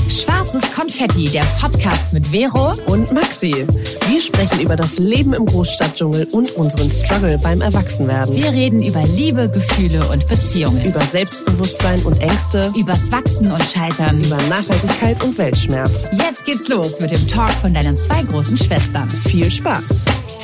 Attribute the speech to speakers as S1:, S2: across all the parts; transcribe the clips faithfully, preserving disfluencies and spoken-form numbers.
S1: Schwarzes Konfetti, der Podcast mit Vero
S2: und Maxi. Wir sprechen über das Leben im Großstadtdschungel und unseren Struggle beim Erwachsenwerden.
S1: Wir reden über Liebe, Gefühle und Beziehungen.
S2: Über Selbstbewusstsein und Ängste.
S1: Übers Wachsen und Scheitern.
S2: Über Nachhaltigkeit und Weltschmerz.
S1: Jetzt geht's los mit dem Talk von deinen zwei großen Schwestern.
S2: Viel Spaß!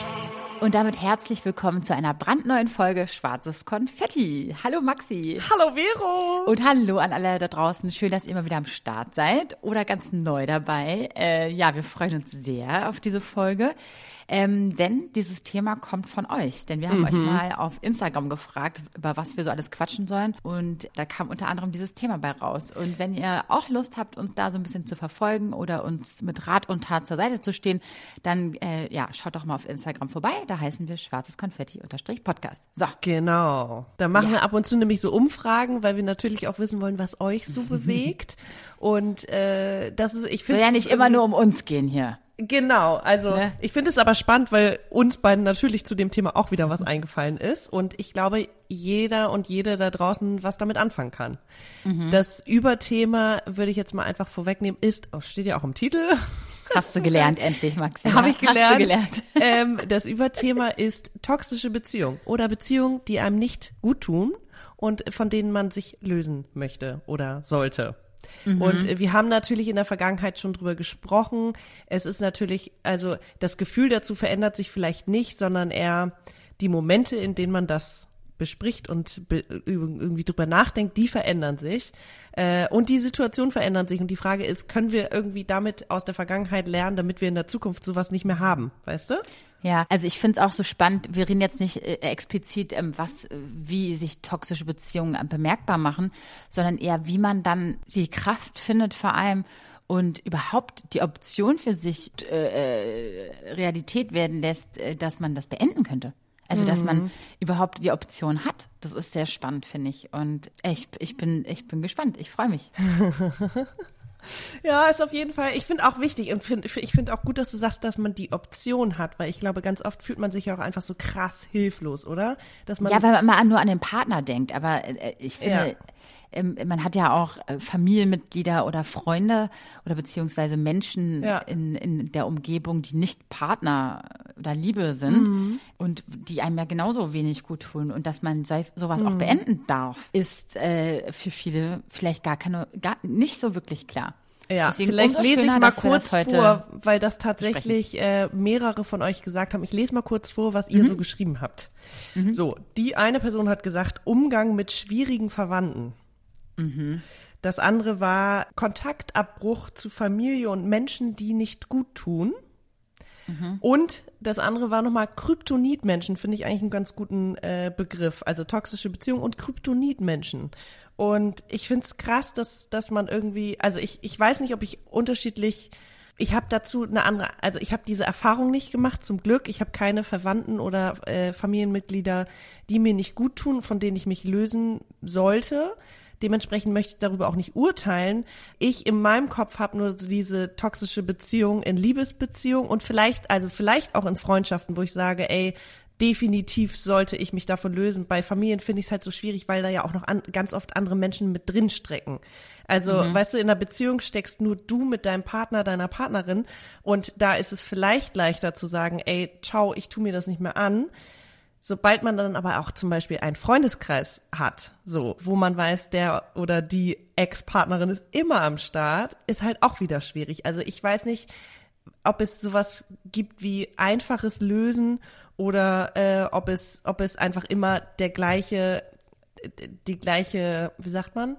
S3: Und damit herzlich willkommen zu einer brandneuen Folge Schwarzes Konfetti. Hallo Maxi.
S2: Hallo Vero.
S3: Und hallo an alle da draußen. Schön, dass ihr mal wieder am Start seid oder ganz neu dabei. Äh, ja, wir freuen uns sehr auf diese Folge. Ähm, denn dieses Thema kommt von euch. Denn wir haben mhm. euch mal auf Instagram gefragt, über was wir so alles quatschen sollen. Und da kam unter anderem dieses Thema bei raus. Und wenn ihr auch Lust habt, uns da so ein bisschen zu verfolgen oder uns mit Rat und Tat zur Seite zu stehen, dann äh, ja, schaut doch mal auf Instagram vorbei. Da heißen wir schwarzes Konfetti unterstrich Podcast. So.
S2: Genau. Da machen ja. wir ab und zu nämlich so Umfragen, weil wir natürlich auch wissen wollen, was euch so bewegt. Und äh, das ist, ich finde,
S3: soll ja nicht immer nur um uns gehen hier.
S2: Genau, also ne? Ich finde es aber spannend, weil uns beiden natürlich zu dem Thema auch wieder was eingefallen ist und ich glaube, jeder und jede da draußen was damit anfangen kann. Mhm. Das Überthema, würde ich jetzt mal einfach vorwegnehmen, ist, oh, steht ja auch im Titel.
S3: Hast du gelernt, endlich, Maxi.
S2: Habe ich gelernt.
S3: Hast du gelernt.
S2: Ähm, das Überthema ist toxische Beziehung oder Beziehungen, die einem nicht gut tun und von denen man sich lösen möchte oder sollte. Mhm. Und wir haben natürlich in der Vergangenheit schon drüber gesprochen. Es ist natürlich, also das Gefühl dazu verändert sich vielleicht nicht, sondern eher die Momente, in denen man das bespricht und be- irgendwie drüber nachdenkt, die verändern sich. Äh, und die Situationen verändern sich. Und die Frage ist, können wir irgendwie damit aus der Vergangenheit lernen, damit wir in der Zukunft sowas nicht mehr haben, weißt du?
S3: Ja, also ich finde es auch so spannend, wir reden jetzt nicht äh, explizit, ähm, was, wie sich toxische Beziehungen äh, bemerkbar machen, sondern eher, wie man dann die Kraft findet vor allem und überhaupt die Option für sich äh, Realität werden lässt, äh, dass man das beenden könnte. Also, dass man überhaupt die Option hat. Das ist sehr spannend, finde ich. Und ich, ich bin, ich bin gespannt. Ich freue mich.
S2: Ja, ist auf jeden Fall, ich finde auch wichtig und find, ich finde auch gut, dass du sagst, dass man die Option hat, weil ich glaube, ganz oft fühlt man sich ja auch einfach so krass hilflos, oder? Dass man
S3: ja, weil man immer nur an den Partner denkt, aber äh, ich finde,
S2: ja.
S3: ähm, man hat ja auch äh, Familienmitglieder oder Freunde oder beziehungsweise Menschen
S2: ja.
S3: in, in der Umgebung, die nicht Partner oder Liebe sind
S2: mhm.
S3: und die einem ja genauso wenig gut tun und dass man so, sowas
S2: mhm.
S3: auch beenden darf, ist äh, für viele vielleicht gar keine, gar nicht so wirklich klar.
S2: Ja,
S3: Deswegen
S2: vielleicht lese
S3: schöner,
S2: ich mal kurz vor, weil das
S3: besprechen.
S2: tatsächlich äh, mehrere von euch gesagt haben. Ich lese mal kurz vor, was ihr
S3: mhm.
S2: so geschrieben habt.
S3: Mhm.
S2: So, die eine Person hat gesagt, Umgang mit schwierigen Verwandten.
S3: Mhm.
S2: Das andere war Kontaktabbruch zu Familie und Menschen, die nicht gut tun. Mhm. Und das andere war nochmal Kryptonitmenschen, finde ich eigentlich einen ganz guten äh, Begriff. Also toxische Beziehungen und Kryptonitmenschen. Und ich finde es krass, dass dass man irgendwie, also ich ich weiß nicht, ob ich unterschiedlich, ich habe dazu eine andere, also ich habe diese Erfahrung nicht gemacht, zum Glück. Ich habe keine Verwandten oder äh, Familienmitglieder, die mir nicht gut tun, von denen ich mich lösen sollte. Dementsprechend möchte ich darüber auch nicht urteilen. Ich in meinem Kopf habe nur so diese toxische Beziehung in Liebesbeziehung und vielleicht, also vielleicht auch in Freundschaften, wo ich sage, ey, definitiv sollte ich mich davon lösen. Bei Familien finde ich es halt so schwierig, weil da ja auch noch an, ganz oft andere Menschen mit drin stecken. Also, mhm. weißt du, in einer Beziehung steckst nur du mit deinem Partner, deiner Partnerin und da ist es vielleicht leichter zu sagen, ey, ciao, ich tu mir das nicht mehr an. Sobald man dann aber auch zum Beispiel einen Freundeskreis hat, so, wo man weiß, der oder die Ex-Partnerin ist immer am Start, ist halt auch wieder schwierig. Also ich weiß nicht, ob es sowas gibt wie einfaches Lösen oder äh, ob es ob es einfach immer der gleiche, die gleiche, wie sagt man,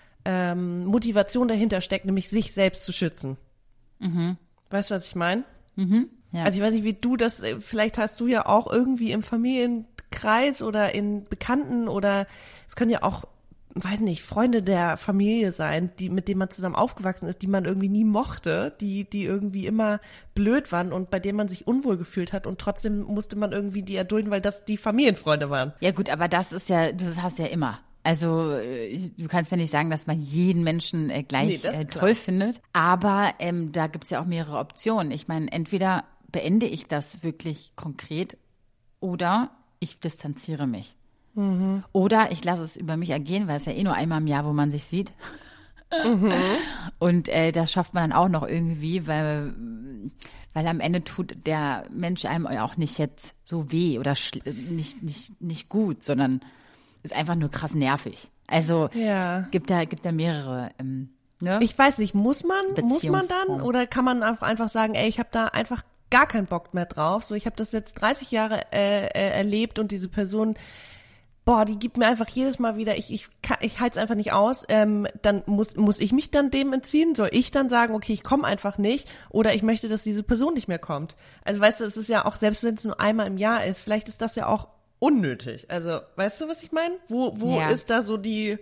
S2: ähm, Motivation dahinter steckt, nämlich sich selbst zu schützen. Mhm. Weißt du, was ich meine?
S3: Mhm. Ja.
S2: Also ich weiß nicht, wie du das, vielleicht hast du ja auch irgendwie im Familienkreis oder in Bekannten oder es können ja auch, weiß nicht, Freunde der Familie sein, die mit denen man zusammen aufgewachsen ist, die man irgendwie nie mochte, die die irgendwie immer blöd waren und bei denen man sich unwohl gefühlt hat und trotzdem musste man irgendwie die erdulden, weil das die Familienfreunde waren.
S3: Ja gut, aber das ist ja, das hast du ja immer. Also du kannst mir nicht sagen, dass man jeden Menschen äh, gleich nee, äh, toll findet, aber ähm, da gibt's ja auch mehrere Optionen. Ich meine, entweder beende ich das wirklich konkret oder ich distanziere mich. Mhm. Oder ich lasse es über mich ergehen, weil es ja eh nur einmal im Jahr, wo man sich sieht. Mhm. Und äh, das schafft man dann auch noch irgendwie, weil, weil am Ende tut der Mensch einem auch nicht jetzt so weh oder schl- nicht, nicht, nicht gut, sondern ist einfach nur krass nervig. Also
S2: Ja.
S3: gibt da gibt da mehrere. Ähm, ne?
S2: Ich weiß nicht, muss man, muss man dann oder kann man einfach, einfach sagen, ey, ich habe da einfach gar keinen Bock mehr drauf. So, ich habe das jetzt dreißig Jahre äh, äh, erlebt und diese Person, boah, die gibt mir einfach jedes Mal wieder, ich ich kann, ich halte es einfach nicht aus. Ähm, dann muss muss ich mich dann dem entziehen? Soll ich dann sagen, okay, ich komme einfach nicht oder ich möchte, dass diese Person nicht mehr kommt? Also weißt du, es ist ja auch, selbst wenn es nur einmal im Jahr ist, vielleicht ist das ja auch unnötig. Also weißt du, was ich meine? Wo wo
S3: Ja.
S2: ist da so die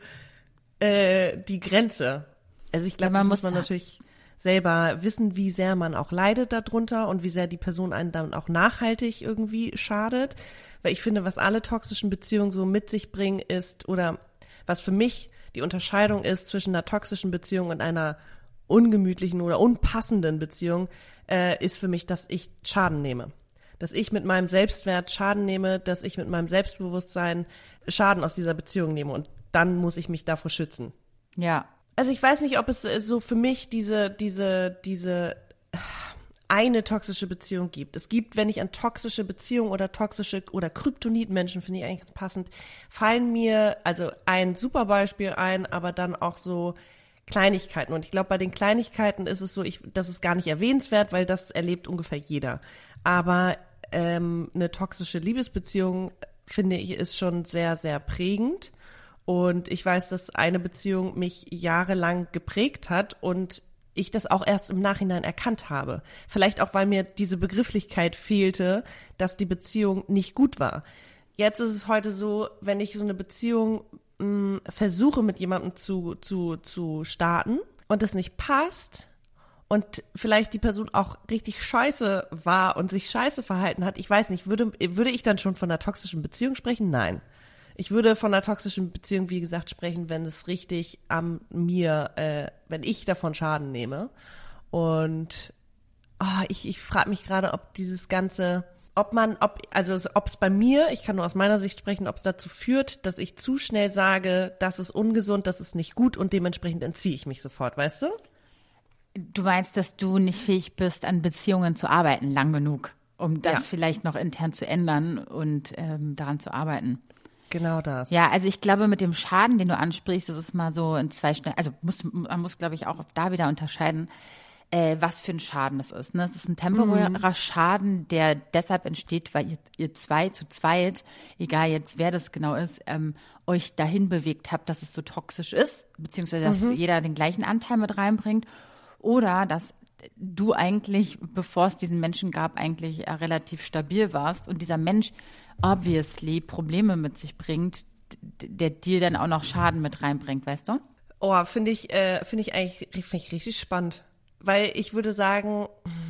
S2: äh, die Grenze? Also ich glaube,
S3: Ja, man
S2: das muss
S3: muss
S2: man natürlich selber wissen, wie sehr man auch leidet darunter und wie sehr die Person einen dann auch nachhaltig irgendwie schadet. Weil ich finde, was alle toxischen Beziehungen so mit sich bringen ist, oder was für mich die Unterscheidung ist zwischen einer toxischen Beziehung und einer ungemütlichen oder unpassenden Beziehung, äh, ist für mich, dass ich Schaden nehme. Dass ich mit meinem Selbstwert Schaden nehme, dass ich mit meinem Selbstbewusstsein Schaden aus dieser Beziehung nehme. Und dann muss ich mich davor schützen.
S3: Ja.
S2: Also ich weiß nicht, ob es so für mich diese, diese, diese eine toxische Beziehung gibt. Es gibt, wenn ich an toxische Beziehungen oder toxische oder Kryptonit-Menschen, finde ich eigentlich ganz passend, fallen mir also ein super Beispiel ein, aber dann auch so Kleinigkeiten. Und ich glaube, bei den Kleinigkeiten ist es so, ich, das ist gar nicht erwähnenswert, weil das erlebt ungefähr jeder. Aber ähm, eine toxische Liebesbeziehung, finde ich, ist schon sehr, sehr prägend. Und ich weiß, dass eine Beziehung mich jahrelang geprägt hat und ich das auch erst im Nachhinein erkannt habe. Vielleicht auch, weil mir diese Begrifflichkeit fehlte, dass die Beziehung nicht gut war. Jetzt ist es heute so, wenn ich so eine Beziehung mh, versuche mit jemandem zu, zu, zu starten und es nicht passt und vielleicht die Person auch richtig scheiße war und sich scheiße verhalten hat, ich weiß nicht, würde, würde ich dann schon von einer toxischen Beziehung sprechen? Nein. Ich würde von einer toxischen Beziehung, wie gesagt, sprechen, wenn es richtig an mir, äh, wenn ich davon Schaden nehme. Und oh, ich, ich frage mich gerade, ob dieses ganze, ob man, ob, also ob es bei mir, ich kann nur aus meiner Sicht sprechen, ob es dazu führt, dass ich zu schnell sage, das ist ungesund, das ist nicht gut und dementsprechend entziehe ich mich sofort, weißt du?
S3: Du meinst, dass du nicht fähig bist, an Beziehungen zu arbeiten, lang genug, um das
S2: Ja.
S3: vielleicht noch intern zu ändern und ähm, daran zu arbeiten.
S2: Genau das.
S3: Ja, also ich glaube, mit dem Schaden, den du ansprichst, das ist mal so in zwei Schnell, also muss, man muss, glaube ich, auch da wieder unterscheiden, äh, was für ein Schaden das ist. Ne? Das ist ein temporärer mhm. Schaden, der deshalb entsteht, weil ihr, ihr zwei zu zweit, egal jetzt wer das genau ist, ähm, euch dahin bewegt habt, dass es so toxisch ist, beziehungsweise dass mhm. jeder den gleichen Anteil mit reinbringt. Oder dass du eigentlich, bevor es diesen Menschen gab, eigentlich äh, relativ stabil warst und dieser Mensch obviously Probleme mit sich bringt, der dir dann auch noch Schaden mit reinbringt, weißt du?
S2: Oh, finde ich, äh, finde ich eigentlich find ich richtig spannend. Weil ich würde sagen,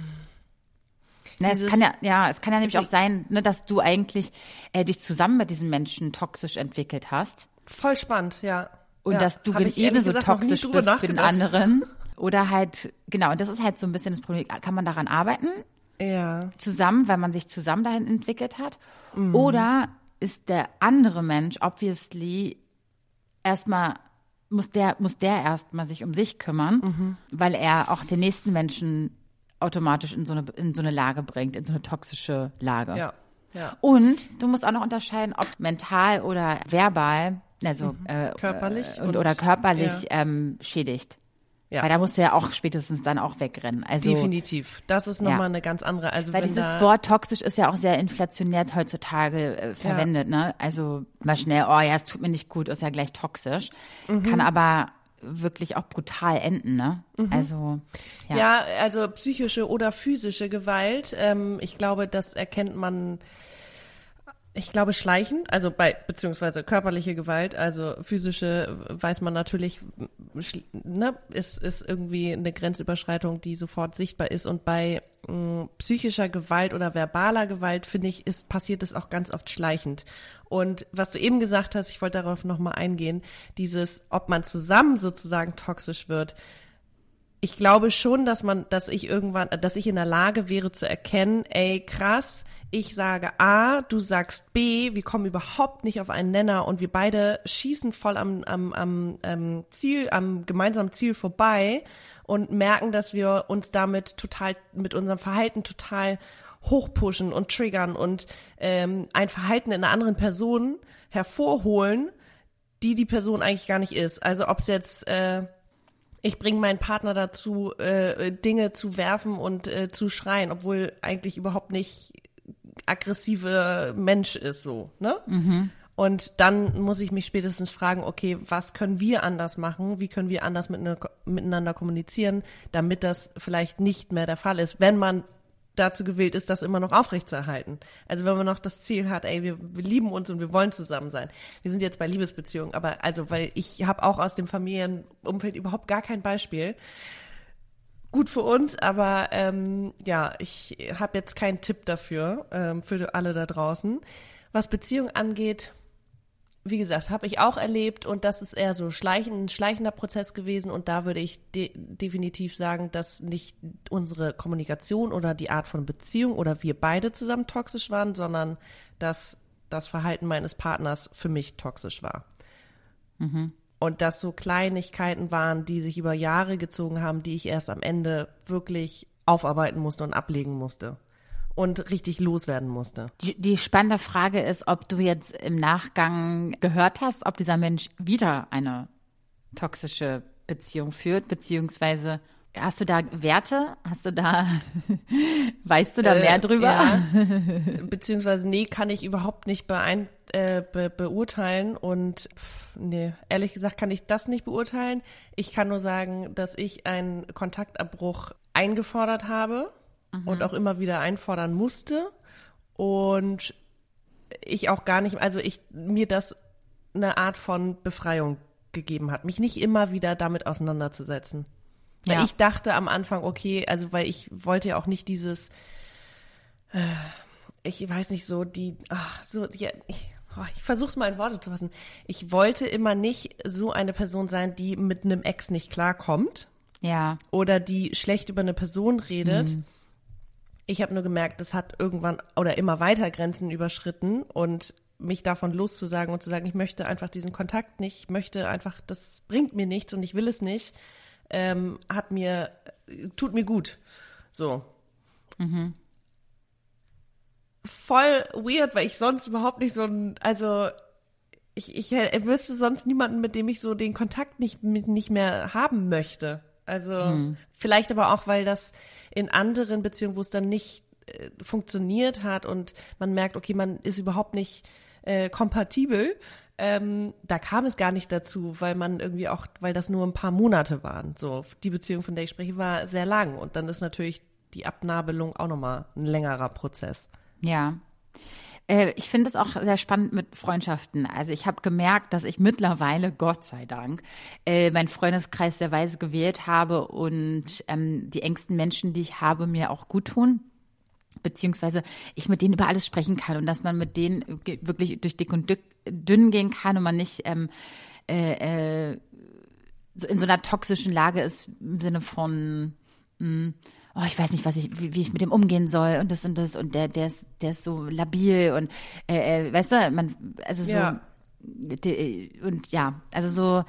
S3: Na, es kann ja, ja, es kann ja nämlich auch sein, ne, dass du eigentlich äh, dich zusammen mit diesem Menschen toxisch entwickelt hast.
S2: Voll spannend, ja.
S3: Und
S2: ja.
S3: dass du ebenso toxisch bist für den anderen. Oder halt, genau, und das ist halt so ein bisschen das Problem. Kann man daran arbeiten?
S2: Ja.
S3: Zusammen, weil man sich zusammen dahin entwickelt hat? Mhm. Oder ist der andere Mensch obviously erstmal, muss der, muss der erstmal sich um sich kümmern, mhm. weil er auch den nächsten Menschen automatisch in so eine, in so eine Lage bringt, in so eine toxische Lage.
S2: Ja. Ja.
S3: Und du musst auch noch unterscheiden, ob mental oder verbal, also
S2: mhm.
S3: äh,
S2: körperlich
S3: äh, und, oder körperlich
S2: ja.
S3: ähm, schädigt.
S2: Ja.
S3: Weil da musst du ja auch spätestens dann auch wegrennen. Also,
S2: definitiv. Das ist nochmal
S3: ja.
S2: eine ganz andere. Also
S3: Weil
S2: wenn
S3: dieses
S2: da
S3: Wort toxisch ist ja auch sehr inflationär heutzutage äh, verwendet. Ja. Ne? Also mal schnell, oh ja, es tut mir nicht gut, ist ja gleich toxisch. Mhm. Kann aber wirklich auch brutal enden. Ne? Mhm. Also ja.
S2: ja, also psychische oder physische Gewalt. Ähm, ich glaube, das erkennt man. Ich glaube schleichend, also bei, beziehungsweise körperliche Gewalt, also physische weiß man natürlich, ne, ist, ist irgendwie eine Grenzüberschreitung, die sofort sichtbar ist. Und bei mh, psychischer Gewalt oder verbaler Gewalt, finde ich, ist, passiert es auch ganz oft schleichend. Und was du eben gesagt hast, ich wollte darauf nochmal eingehen, dieses, ob man zusammen sozusagen toxisch wird, ich glaube schon, dass man, dass ich irgendwann, dass ich in der Lage wäre zu erkennen, ey, krass, ich sage A, du sagst B, wir kommen überhaupt nicht auf einen Nenner und wir beide schießen voll am, am, am ähm, Ziel, am gemeinsamen Ziel vorbei und merken, dass wir uns damit total, mit unserem Verhalten total hochpushen und triggern und ähm, ein Verhalten in einer anderen Person hervorholen, die die Person eigentlich gar nicht ist. Also ob es jetzt, äh, ich bringe meinen Partner dazu, äh, Dinge zu werfen und äh, zu schreien, obwohl eigentlich überhaupt nicht aggressive Mensch ist, so, ne? Mhm. Und dann muss ich mich spätestens fragen, okay, was können wir anders machen? Wie können wir anders mit, miteinander kommunizieren, damit das vielleicht nicht mehr der Fall ist, wenn man dazu gewillt ist, das immer noch aufrechtzuerhalten. Also wenn man noch das Ziel hat, ey, wir, wir lieben uns und wir wollen zusammen sein. Wir sind jetzt bei Liebesbeziehungen, aber also, weil ich habe auch aus dem Familienumfeld überhaupt gar kein Beispiel. Gut für uns, aber ähm, ja, ich habe jetzt keinen Tipp dafür, ähm, für alle da draußen. Was Beziehung angeht, wie gesagt, habe ich auch erlebt und das ist eher so schleichend, ein schleichender Prozess gewesen und da würde ich de- definitiv sagen, dass nicht unsere Kommunikation oder die Art von Beziehung oder wir beide zusammen toxisch waren, sondern dass das Verhalten meines Partners für mich toxisch war. Mhm. Und dass so Kleinigkeiten waren, die sich über Jahre gezogen haben, die ich erst am Ende wirklich aufarbeiten musste und ablegen musste. Und richtig loswerden musste.
S3: Die, die spannende Frage ist, ob du jetzt im Nachgang gehört hast, ob dieser Mensch wieder eine toxische Beziehung führt, beziehungsweise hast du da Werte? Hast du da, weißt du da mehr äh, drüber?
S2: Ja. Beziehungsweise nee, kann ich überhaupt nicht beein, äh, be, beurteilen und pff, nee, ehrlich gesagt kann ich das nicht beurteilen. Ich kann nur sagen, dass ich einen Kontaktabbruch eingefordert habe. Mhm. Und auch immer wieder einfordern musste und ich auch gar nicht, also ich mir das eine Art von Befreiung gegeben hat, mich nicht immer wieder damit auseinanderzusetzen. Weil ja. ich dachte am Anfang, okay, also weil ich wollte ja auch nicht dieses, äh, ich weiß nicht so, die, ach, so, ja, ich, oh, ich versuch's mal in Worte zu fassen. Ich wollte immer nicht so eine Person sein, die mit einem Ex nicht klarkommt.
S3: Ja.
S2: Oder die schlecht über eine Person redet. Mhm. Ich habe nur gemerkt, das hat irgendwann oder immer weiter Grenzen überschritten und mich davon loszusagen und zu sagen, ich möchte einfach diesen Kontakt nicht, ich möchte einfach, das bringt mir nichts und ich will es nicht, ähm, hat mir, tut mir gut. So. Mhm. Voll weird, weil ich sonst überhaupt nicht so ein, also ich, ich wüsste sonst niemanden, mit dem ich so den Kontakt nicht, mit, nicht mehr haben möchte. Also mhm. vielleicht aber auch, weil das in anderen Beziehungen, wo es dann nicht äh, funktioniert hat und man merkt, okay, man ist überhaupt nicht äh, kompatibel, ähm, da kam es gar nicht dazu, weil man irgendwie auch, weil das nur ein paar Monate waren. So, die Beziehung, von der ich spreche, war sehr lang und dann ist natürlich die Abnabelung auch nochmal ein längerer Prozess.
S3: Ja. Ich finde es auch sehr spannend mit Freundschaften. Also ich habe gemerkt, dass ich mittlerweile, Gott sei Dank, äh, meinen Freundeskreis sehr weise gewählt habe und ähm, die engsten Menschen, die ich habe, mir auch gut tun. Beziehungsweise ich mit denen über alles sprechen kann und dass man mit denen wirklich durch dick und dick, dünn gehen kann und man nicht ähm, äh, äh, so in so einer toxischen Lage ist im Sinne von mh, oh, ich weiß nicht, was ich, wie, wie ich mit dem umgehen soll und das und das und der, der ist, der ist so labil und äh, äh, weißt du, man, also so
S2: ja.
S3: die, und ja, also so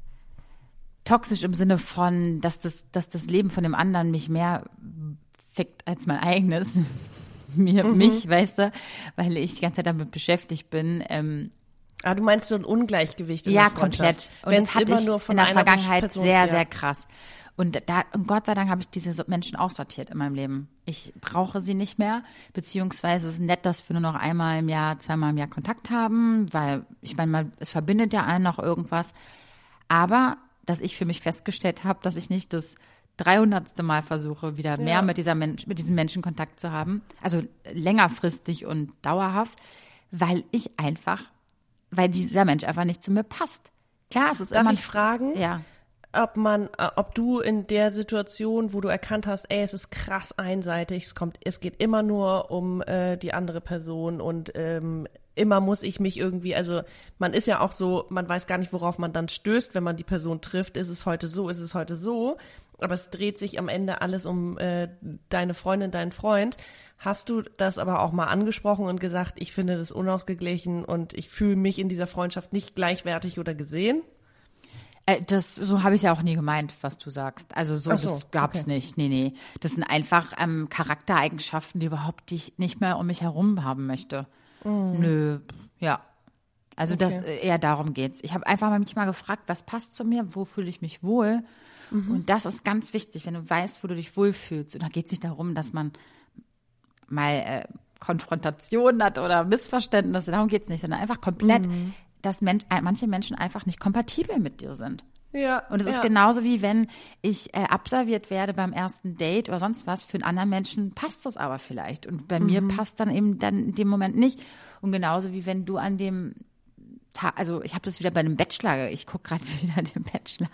S3: toxisch im Sinne von, dass das, dass das Leben von dem anderen mich mehr fickt als mein eigenes, mir, mhm. mich, weißt du, weil ich die ganze Zeit damit beschäftigt bin. Ähm,
S2: ah, du meinst so ein Ungleichgewicht in
S3: ja,
S2: der Freundschaft?
S3: Ja, komplett. Und das hatte ich nur von in der Vergangenheit Person, sehr, ja. sehr krass. Und da, und Gott sei Dank habe ich diese Menschen aussortiert in meinem Leben. Ich brauche sie nicht mehr, beziehungsweise es ist nett, dass wir nur noch einmal im Jahr, zweimal im Jahr Kontakt haben, weil ich meine mal, es verbindet ja einen noch irgendwas. Aber, dass ich für mich festgestellt habe, dass ich nicht das dreihundertste Mal versuche, wieder mehr ja. mit dieser Mensch, mit diesen Menschen Kontakt zu haben, also längerfristig und dauerhaft, weil ich einfach, weil dieser Mensch einfach nicht zu mir passt. Klar, es ist
S2: Darf
S3: immer.
S2: ich fragen?
S3: Ja.
S2: Ob man, ob du in der Situation, wo du erkannt hast, ey, es ist krass einseitig, es kommt, es geht immer nur um äh, die andere Person und ähm, immer muss ich mich irgendwie, also man ist ja auch so, man weiß gar nicht, worauf man dann stößt, wenn man die Person trifft. Ist es heute so, ist es heute so? Aber es dreht sich am Ende alles um äh, deine Freundin, deinen Freund. Hast du das aber auch mal angesprochen und gesagt, ich finde das unausgeglichen und ich fühle mich in dieser Freundschaft nicht gleichwertig oder gesehen?
S3: Äh, das, so habe ich es ja auch nie gemeint, was du sagst. Also so,
S2: Ach so,
S3: das gab's
S2: okay.
S3: nicht. Nee, nee. Das sind einfach ähm, Charaktereigenschaften, die überhaupt ich nicht mehr um mich herum haben möchte. Mm. Nö, ja. Also
S2: Okay.
S3: das äh, eher darum geht's. Ich habe einfach mal mich mal gefragt, was passt zu mir, wo fühle ich mich wohl? Mhm. Und das ist ganz wichtig, wenn du weißt, wo du dich wohlfühlst. Und da geht's nicht darum, dass man mal äh, Konfrontation hat oder Missverständnisse. Darum geht's nicht, sondern einfach komplett, mm. dass men- äh, manche Menschen einfach nicht kompatibel mit dir sind.
S2: Ja.
S3: Und es
S2: ja.
S3: ist genauso wie wenn ich äh, abserviert werde beim ersten Date oder sonst was. Für einen anderen Menschen passt das aber vielleicht. Und bei mhm. mir passt dann eben dann in dem Moment nicht. Und genauso wie wenn du an dem Tag, also ich habe das wieder bei einem Bachelor, ich gucke gerade wieder den Bachelor.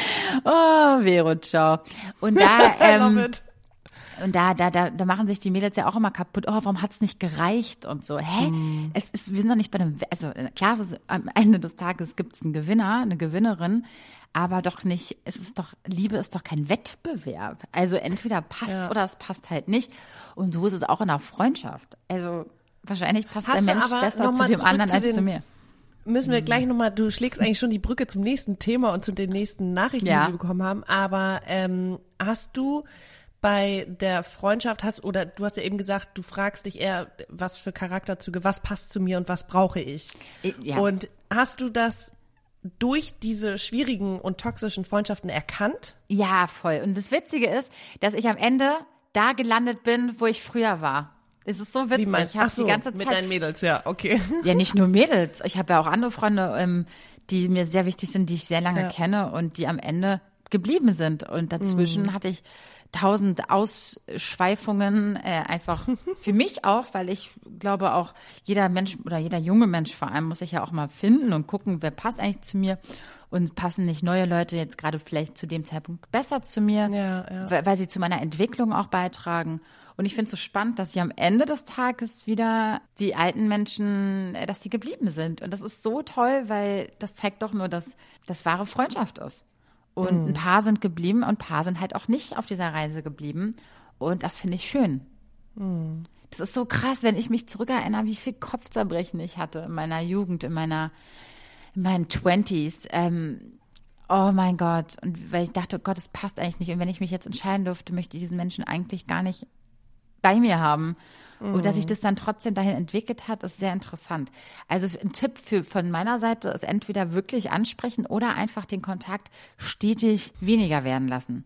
S3: Oh, Vero, ciao. Und da, ähm, und da, da, da, da machen sich die Mädels ja auch immer kaputt. Oh, warum hat's nicht gereicht und so. Hä? Mm. Es ist, wir sind doch nicht bei einem, also klar, es ist, am Ende des Tages gibt's einen Gewinner, eine Gewinnerin, aber doch nicht, es ist doch, Liebe ist doch kein Wettbewerb. Also entweder passt
S2: ja.
S3: oder es passt halt nicht. Und so ist es auch in einer Freundschaft. Also wahrscheinlich passt
S2: Hast
S3: der Mensch besser zu dem anderen
S2: zu
S3: als
S2: den,
S3: zu mir.
S2: Müssen wir gleich nochmal, du schlägst eigentlich schon die Brücke zum nächsten Thema und zu den nächsten Nachrichten,
S3: ja.
S2: die wir bekommen haben. Aber ähm, hast du bei der Freundschaft hast, oder du hast ja eben gesagt, du fragst dich eher, was für Charakterzüge, was passt zu mir und was brauche ich?
S3: Ja.
S2: Und hast du das durch diese schwierigen und toxischen Freundschaften erkannt?
S3: Ja, voll. Und das Witzige ist, dass ich am Ende da gelandet bin, wo ich früher war. Es ist so witzig.
S2: Wie meinst,
S3: ich habe
S2: ach so,
S3: die ganze Zeit
S2: mit deinen Mädels, ja, okay.
S3: Ja, nicht nur Mädels. Ich habe ja auch andere Freunde, ähm, die mir sehr wichtig sind, die ich sehr lange
S2: Ja.
S3: kenne und die am Ende geblieben sind. Und dazwischen
S2: Mhm.
S3: hatte ich tausend Ausschweifungen, äh, einfach für mich auch, weil ich glaube auch, jeder Mensch oder jeder junge Mensch vor allem muss sich ja auch mal finden und gucken, wer passt eigentlich zu mir und passen nicht neue Leute jetzt gerade vielleicht zu dem Zeitpunkt besser zu mir,
S2: Ja, ja.
S3: weil, weil sie zu meiner Entwicklung auch beitragen. Und ich finde es so spannend, dass sie am Ende des Tages wieder die alten Menschen, äh, dass sie geblieben sind. Und das ist so toll, weil das zeigt doch nur, dass das wahre Freundschaft ist. Und
S2: Mhm.
S3: ein paar sind geblieben und ein paar sind halt auch nicht auf dieser Reise geblieben. Und das finde ich schön.
S2: Mhm.
S3: Das ist so krass, wenn ich mich zurückerinnere, wie viel Kopfzerbrechen ich hatte in meiner Jugend, in meiner, in meinen Twenties. Ähm, oh mein Gott. Und weil ich dachte, oh Gott, das passt eigentlich nicht. Und wenn ich mich jetzt entscheiden dürfte, möchte ich diesen Menschen eigentlich gar nicht bei mir haben. Und dass sich das dann trotzdem dahin entwickelt hat, ist sehr interessant. Also ein Tipp für, von meiner Seite ist entweder wirklich ansprechen oder einfach den Kontakt stetig weniger werden lassen.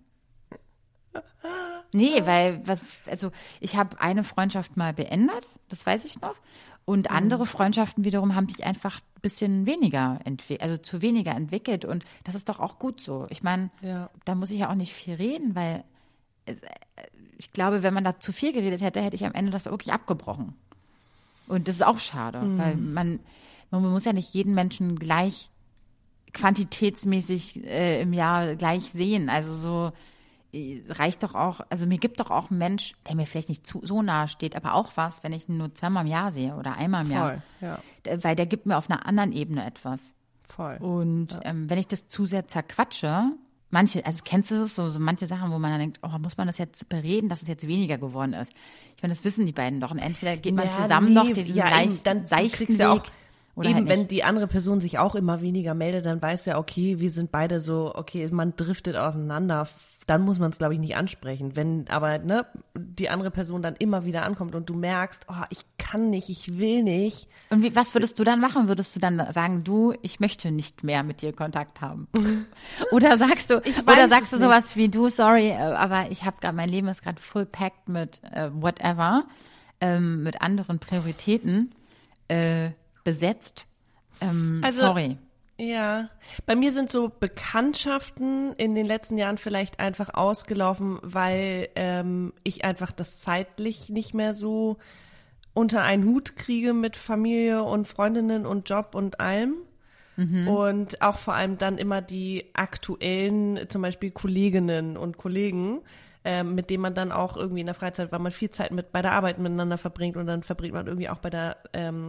S3: Nee, weil, was, also ich habe eine Freundschaft mal beendet, das weiß ich noch. Und andere Freundschaften wiederum haben sich einfach ein bisschen weniger entwickelt, also zu weniger entwickelt. Und das ist doch auch gut so. Ich meine,
S2: Ja.
S3: da muss ich ja auch nicht viel reden, weil ich glaube, wenn man da zu viel geredet hätte, hätte ich am Ende das wirklich abgebrochen. Und das ist auch schade, mhm. weil man, man muss ja nicht jeden Menschen gleich quantitätsmäßig äh, im Jahr gleich sehen. Also so äh, reicht doch auch, also mir gibt doch auch ein Mensch, der mir vielleicht nicht zu, so nahe steht, aber auch was, wenn ich ihn nur zweimal im Jahr sehe oder einmal im Jahr.
S2: Voll, ja.
S3: Weil der gibt mir auf einer anderen Ebene etwas.
S2: Voll.
S3: Und
S2: ja.
S3: ähm, wenn ich das zu sehr zerquatsche, manche, also kennst du das, so, so manche Sachen, wo man dann denkt, oh, muss man das jetzt bereden, dass es jetzt weniger geworden ist. Ich meine, das wissen die beiden doch. Und entweder geht man
S2: Ja,
S3: zusammen
S2: nee,
S3: noch diesen
S2: ja,
S3: leicht,
S2: eben, dann,
S3: seichten
S2: du kriegst ja auch,
S3: Weg. Oder
S2: eben,
S3: halt
S2: wenn
S3: nicht.
S2: die andere Person sich auch immer weniger meldet, dann weiß ja, okay, wir sind beide so, okay, man driftet auseinander. Dann muss man es, glaube ich, nicht ansprechen. Wenn aber ne, die andere Person dann immer wieder ankommt und du merkst, oh, ich kann nicht, ich will nicht.
S3: Und wie, was würdest du dann machen? Würdest du dann sagen, du, ich möchte nicht mehr mit dir Kontakt haben? Oder sagst du, oder sagst du
S2: es
S3: sowas wie, du, sorry, äh, aber ich habe gerade, mein Leben ist gerade full packed mit äh, whatever, ähm, mit anderen Prioritäten äh, besetzt. Ähm,
S2: Also,
S3: sorry.
S2: Ja, bei mir sind so Bekanntschaften in den letzten Jahren vielleicht einfach ausgelaufen, weil ähm, ich einfach das zeitlich nicht mehr so unter einen Hut kriege mit Familie und Freundinnen und Job und allem. Mhm. Und auch vor allem dann immer die aktuellen, zum Beispiel Kolleginnen und Kollegen, ähm, mit denen man dann auch irgendwie in der Freizeit, weil man viel Zeit mit bei der Arbeit miteinander verbringt und dann verbringt man irgendwie auch bei der ähm,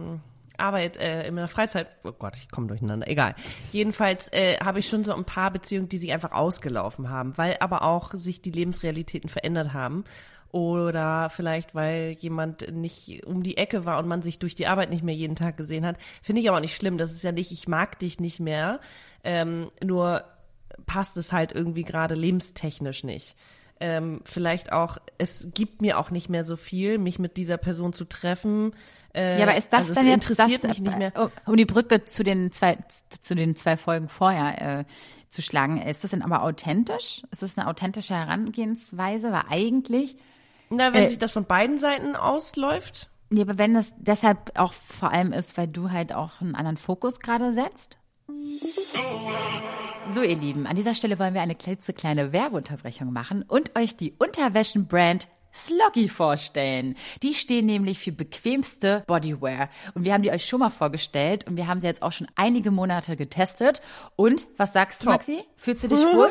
S2: Arbeit, äh, in meiner Freizeit, oh Gott, ich komme durcheinander, egal. Jedenfalls äh, habe ich schon so ein paar Beziehungen, die sich einfach ausgelaufen haben, weil aber auch sich die Lebensrealitäten verändert haben. Oder vielleicht, weil jemand nicht um die Ecke war und man sich durch die Arbeit nicht mehr jeden Tag gesehen hat. Finde ich aber auch nicht schlimm. Das ist ja nicht, ich mag dich nicht mehr. Ähm, nur passt es halt irgendwie gerade lebenstechnisch nicht. Ähm, vielleicht auch, es gibt mir auch nicht mehr so viel, mich mit dieser Person zu treffen. Äh,
S3: ja, aber ist das
S2: also
S3: dann jetzt
S2: interessiert
S3: das,
S2: mich nicht mehr.
S3: um die Brücke zu den zwei, zu den zwei Folgen vorher äh, zu schlagen, ist das denn aber authentisch? Ist das eine authentische Herangehensweise? Weil eigentlich
S2: Na, wenn
S3: äh,
S2: sich das von beiden Seiten ausläuft.
S3: Ja, aber wenn das deshalb auch vor allem ist, weil du halt auch einen anderen Fokus gerade setzt. So, ihr Lieben, an dieser Stelle wollen wir eine klitzekleine Werbeunterbrechung machen und euch die Unterwäschen-Brand Sloggy vorstellen. Die stehen nämlich für bequemste Bodywear. Und wir haben die euch schon mal vorgestellt und wir haben sie jetzt auch schon einige Monate getestet. Und, was sagst du,
S2: Top.
S3: Maxi? Fühlst du dich wohl?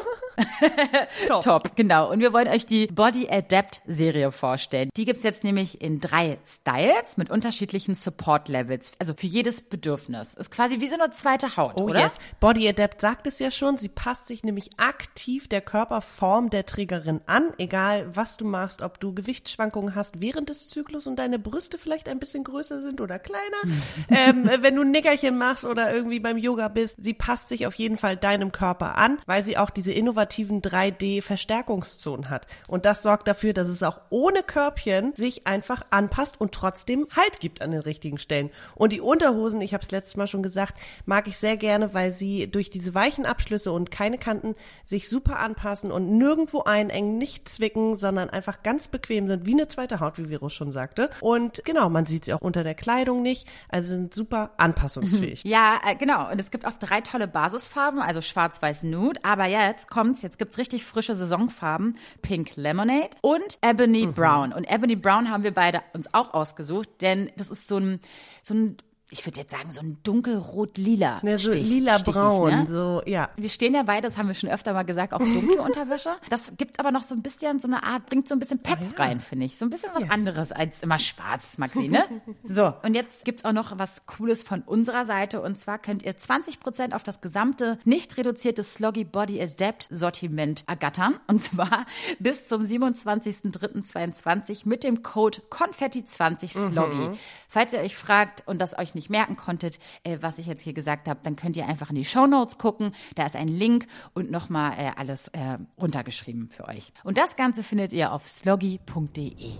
S2: Top.
S3: Top, genau. Und wir wollen euch die Body Adapt Serie vorstellen. Die gibt's jetzt nämlich in drei Styles mit unterschiedlichen Support Levels. Also für jedes Bedürfnis. Ist quasi wie so eine zweite Haut,
S2: Oh
S3: oder?
S2: yes. Body Adapt sagt es ja schon. Sie passt sich nämlich aktiv der Körperform der Trägerin an. Egal, was du machst, ob du Gewichtsschwankungen hast während des Zyklus und deine Brüste vielleicht ein bisschen größer sind oder kleiner. ähm, wenn du ein Nickerchen machst oder irgendwie beim Yoga bist. Sie passt sich auf jeden Fall deinem Körper an, weil sie auch diese innovativen drei D Verstärkungszonen hat. Und das sorgt dafür, dass es auch ohne Körbchen sich einfach anpasst und trotzdem Halt gibt an den richtigen Stellen. Und die Unterhosen, ich habe es letztes Mal schon gesagt, mag ich sehr gerne, weil sie durch diese weichen Abschlüsse und keine Kanten sich super anpassen und nirgendwo einengen, nicht zwicken, sondern einfach ganz bequem sind, wie eine zweite Haut, wie Virus schon sagte. Und genau, man sieht sie auch unter der Kleidung nicht, also sind super anpassungsfähig.
S3: Ja, äh, genau. Und es gibt auch drei tolle Basisfarben, also schwarz, weiß, nude. Aber jetzt kommt's, jetzt gibt's richtig frische Saisonfarben. Pink Lemonade und Ebony mhm. Brown. Und Ebony Brown haben wir beide uns auch ausgesucht, denn das ist so ein, so ein ich würde jetzt sagen, so ein dunkelrot-lila
S2: Ja, so
S3: Stich,
S2: lila-braun,
S3: ne?
S2: so, ja.
S3: Wir stehen ja beide, das haben wir schon öfter mal gesagt, auf dunkle Unterwäsche. Das gibt aber noch so ein bisschen so eine Art, bringt so ein bisschen Pep
S2: oh, ja.
S3: rein, finde ich. So ein bisschen was
S2: Yes.
S3: anderes als immer schwarz, Maxi, ne? So, und jetzt gibt's auch noch was Cooles von unserer Seite. Und zwar könnt ihr zwanzig Prozent auf das gesamte, nicht reduzierte Sloggy Body Adapt Sortiment ergattern. Und zwar bis zum siebenundzwanzigsten dritten zweiundzwanzig mit dem Code Konfetti zwanzig Sloggy. Mhm. Falls ihr euch fragt und das euch nicht merken konntet, äh, was ich jetzt hier gesagt habe, dann könnt ihr einfach in die Shownotes gucken. Da ist ein Link und nochmal äh, alles äh, runtergeschrieben für euch. Und das Ganze findet ihr auf sloggy punkt de.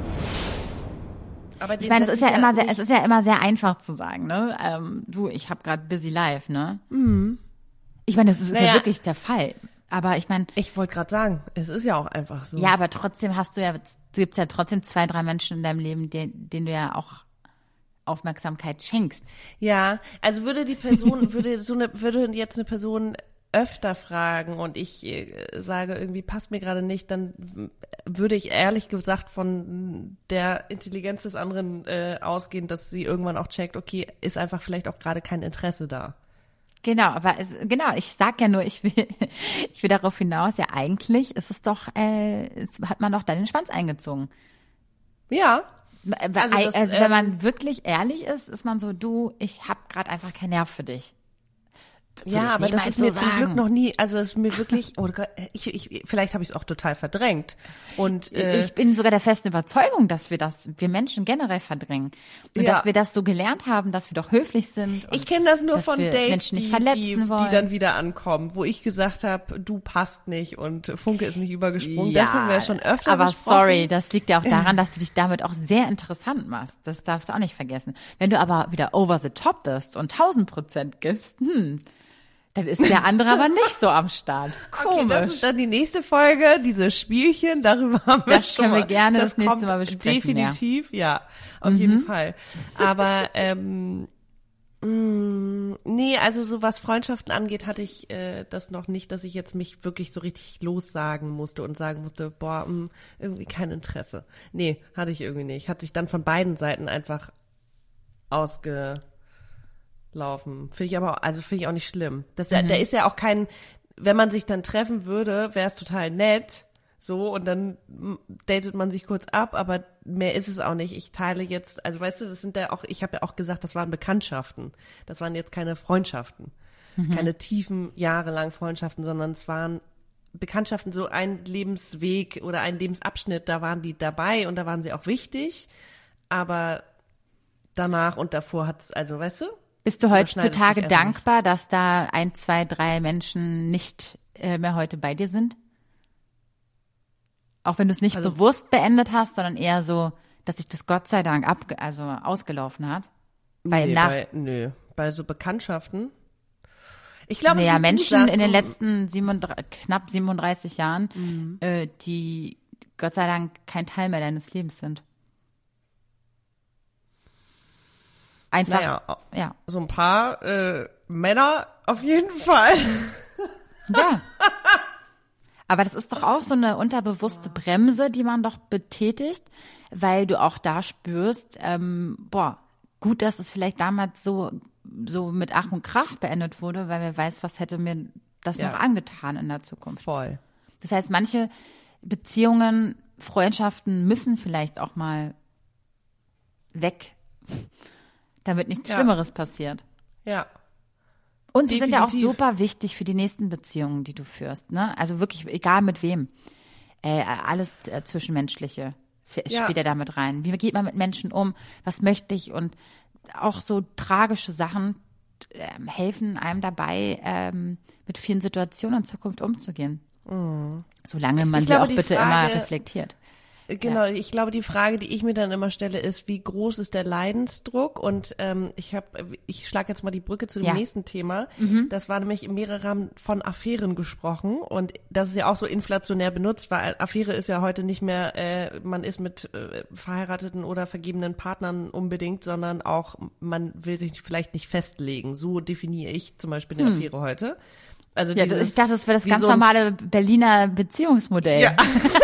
S2: Aber
S3: ich meine, es ist ja immer sehr, es ist ja immer sehr einfach zu sagen, ne? Ähm, du, ich habe gerade busy life, ne? Mhm. Ich meine, das ist naja. ja wirklich der Fall. Aber ich meine,
S2: ich wollte gerade sagen, es ist ja auch einfach so.
S3: Ja, aber trotzdem hast du ja, gibt's ja trotzdem zwei, drei Menschen in deinem Leben, denen, denen du ja auch Aufmerksamkeit schenkst.
S2: Ja, also würde die Person, würde so eine, würde jetzt eine Person öfter fragen und ich äh, sage irgendwie, passt mir gerade nicht, dann würde ich ehrlich gesagt von der Intelligenz des anderen äh, ausgehen, dass sie irgendwann auch checkt, okay, ist einfach vielleicht auch gerade kein Interesse da.
S3: Genau, aber es, genau, ich sag ja nur, ich will, ich will darauf hinaus, ja eigentlich ist es doch, äh, es hat man doch da den Schwanz eingezogen.
S2: Ja.
S3: Also, das, also wenn man ähm, wirklich ehrlich ist, ist man so, du, ich hab gerade einfach keinen Nerv für dich.
S2: Ja, aber das ist mir zum Glück noch nie, also es ist mir wirklich, oh Gott, ich, ich, vielleicht habe ich es auch total verdrängt. Und äh,
S3: ich bin sogar der festen Überzeugung, dass wir das, wir Menschen generell verdrängen. Und ja. dass wir das so gelernt haben, dass wir doch höflich sind.
S2: Ich kenne das nur von Dates,
S3: Menschen nicht
S2: die,
S3: verletzen
S2: die,
S3: wollen.
S2: die dann wieder ankommen, wo ich gesagt habe, du passt nicht und Funke ist nicht übergesprungen.
S3: Ja,
S2: das haben wir schon öfter
S3: aber
S2: besprochen.
S3: sorry, das liegt ja auch daran, dass du dich damit auch sehr interessant machst. Das darfst du auch nicht vergessen. Wenn du aber wieder over the top bist und tausend Prozent gibst, hm, dann ist der andere aber nicht so am Start. Komisch.
S2: Okay, das ist dann die nächste Folge, diese Spielchen, darüber haben wir
S3: das
S2: schon
S3: können
S2: mal.
S3: wir gerne das,
S2: das
S3: nächste Mal besprechen.
S2: Definitiv, ja, ja auf mhm. jeden Fall. Aber ähm, mh, nee, also so was Freundschaften angeht, hatte ich äh, das noch nicht, dass ich jetzt mich wirklich so richtig lossagen musste und sagen musste, boah, mh, irgendwie kein Interesse. Nee, hatte ich irgendwie nicht. Hat sich dann von beiden Seiten einfach ausge laufen. Finde ich aber, auch, also finde ich auch nicht schlimm. Das, mhm. Da ist ja auch kein, wenn man sich dann treffen würde, wäre es total nett, So, und dann datet man sich kurz ab, aber mehr ist es auch nicht. Ich teile jetzt, also weißt du, das sind ja auch, ich habe ja auch gesagt, das waren Bekanntschaften. Das waren jetzt keine Freundschaften. Mhm. Keine tiefen, jahrelangen Freundschaften, sondern es waren Bekanntschaften, so ein Lebensweg oder ein Lebensabschnitt, da waren die dabei und da waren sie auch wichtig. Aber danach und davor hat's, also weißt du?
S3: Bist du heutzutage dankbar, nicht. dass da ein, zwei, drei Menschen nicht äh, mehr heute bei dir sind? Auch wenn du es nicht also, bewusst beendet hast, sondern eher so, dass sich das Gott sei Dank ab, also ausgelaufen hat. Weil
S2: nee,
S3: nach
S2: bei, nö, bei so Bekanntschaften. Ich glaube,
S3: naja, Menschen in den letzten siebenunddreißig, knapp siebenunddreißig Jahren, mhm. äh, die Gott sei Dank kein Teil mehr deines Lebens sind. Einfach,
S2: naja,
S3: ja.
S2: So ein paar äh, Männer auf jeden Fall.
S3: Ja. Aber das ist doch auch so eine unterbewusste Bremse, die man doch betätigt, weil du auch da spürst, ähm, boah, gut, dass es vielleicht damals so so mit Ach und Krach beendet wurde, weil wer weiß, was hätte mir das ja. noch angetan in der Zukunft.
S2: Voll.
S3: Das heißt, manche Beziehungen, Freundschaften müssen vielleicht auch mal weg, damit nichts
S2: ja.
S3: Schlimmeres passiert.
S2: Ja.
S3: Und sie sind ja auch super wichtig für die nächsten Beziehungen, die du führst, ne? Also wirklich, egal mit wem. Äh, alles äh, Zwischenmenschliche spielt ja. ja damit rein. Wie geht man mit Menschen um? Was möchte ich? Und auch so tragische Sachen äh, helfen einem dabei, ähm, mit vielen Situationen in Zukunft umzugehen. Mhm. Solange man ich sie glaube, auch bitte Frage, immer reflektiert.
S2: Genau,
S3: ja.
S2: ich glaube, die Frage, die ich mir dann immer stelle, ist, wie groß ist der Leidensdruck? Und ähm, ich habe, ich schlage jetzt mal die Brücke zu dem
S3: ja.
S2: nächsten Thema.
S3: Mhm.
S2: Das war nämlich, mehrere haben von Affären gesprochen und das ist ja auch so inflationär benutzt, weil Affäre ist ja heute nicht mehr, äh, man ist mit äh, verheirateten oder vergebenen Partnern unbedingt, sondern auch, man will sich vielleicht nicht festlegen. So definiere ich zum Beispiel eine hm. Affäre heute. Also
S3: ja,
S2: dieses,
S3: ich dachte, das wäre das ganz
S2: so
S3: normale Berliner Beziehungsmodell.
S2: Ja.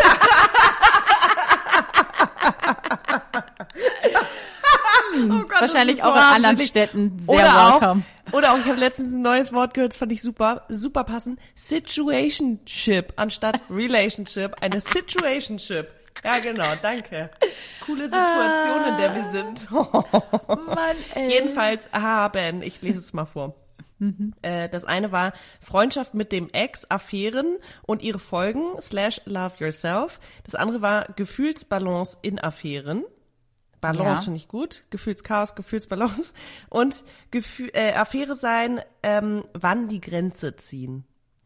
S2: Oh Gott,
S3: wahrscheinlich
S2: so
S3: auch in anderen Städten sehr
S2: oder
S3: welcome.
S2: Auch, oder auch, ich habe letztens ein neues Wort gehört, das fand ich super, super passend. Situationship anstatt Relationship, eine Situationship. Ja, genau, danke. Coole Situation, in der wir sind.
S3: Mann, ey.
S2: Jedenfalls haben, ich lese es mal vor. Mhm. Äh, das eine war Freundschaft mit dem Ex, Affären und ihre Folgen, slash love yourself. Das andere war Gefühlsbalance in Affären. Balance ja. finde ich gut. Gefühlschaos, Gefühlsbalance. Und Gefühl, äh, Affäre sein, ähm, wann die Grenze ziehen.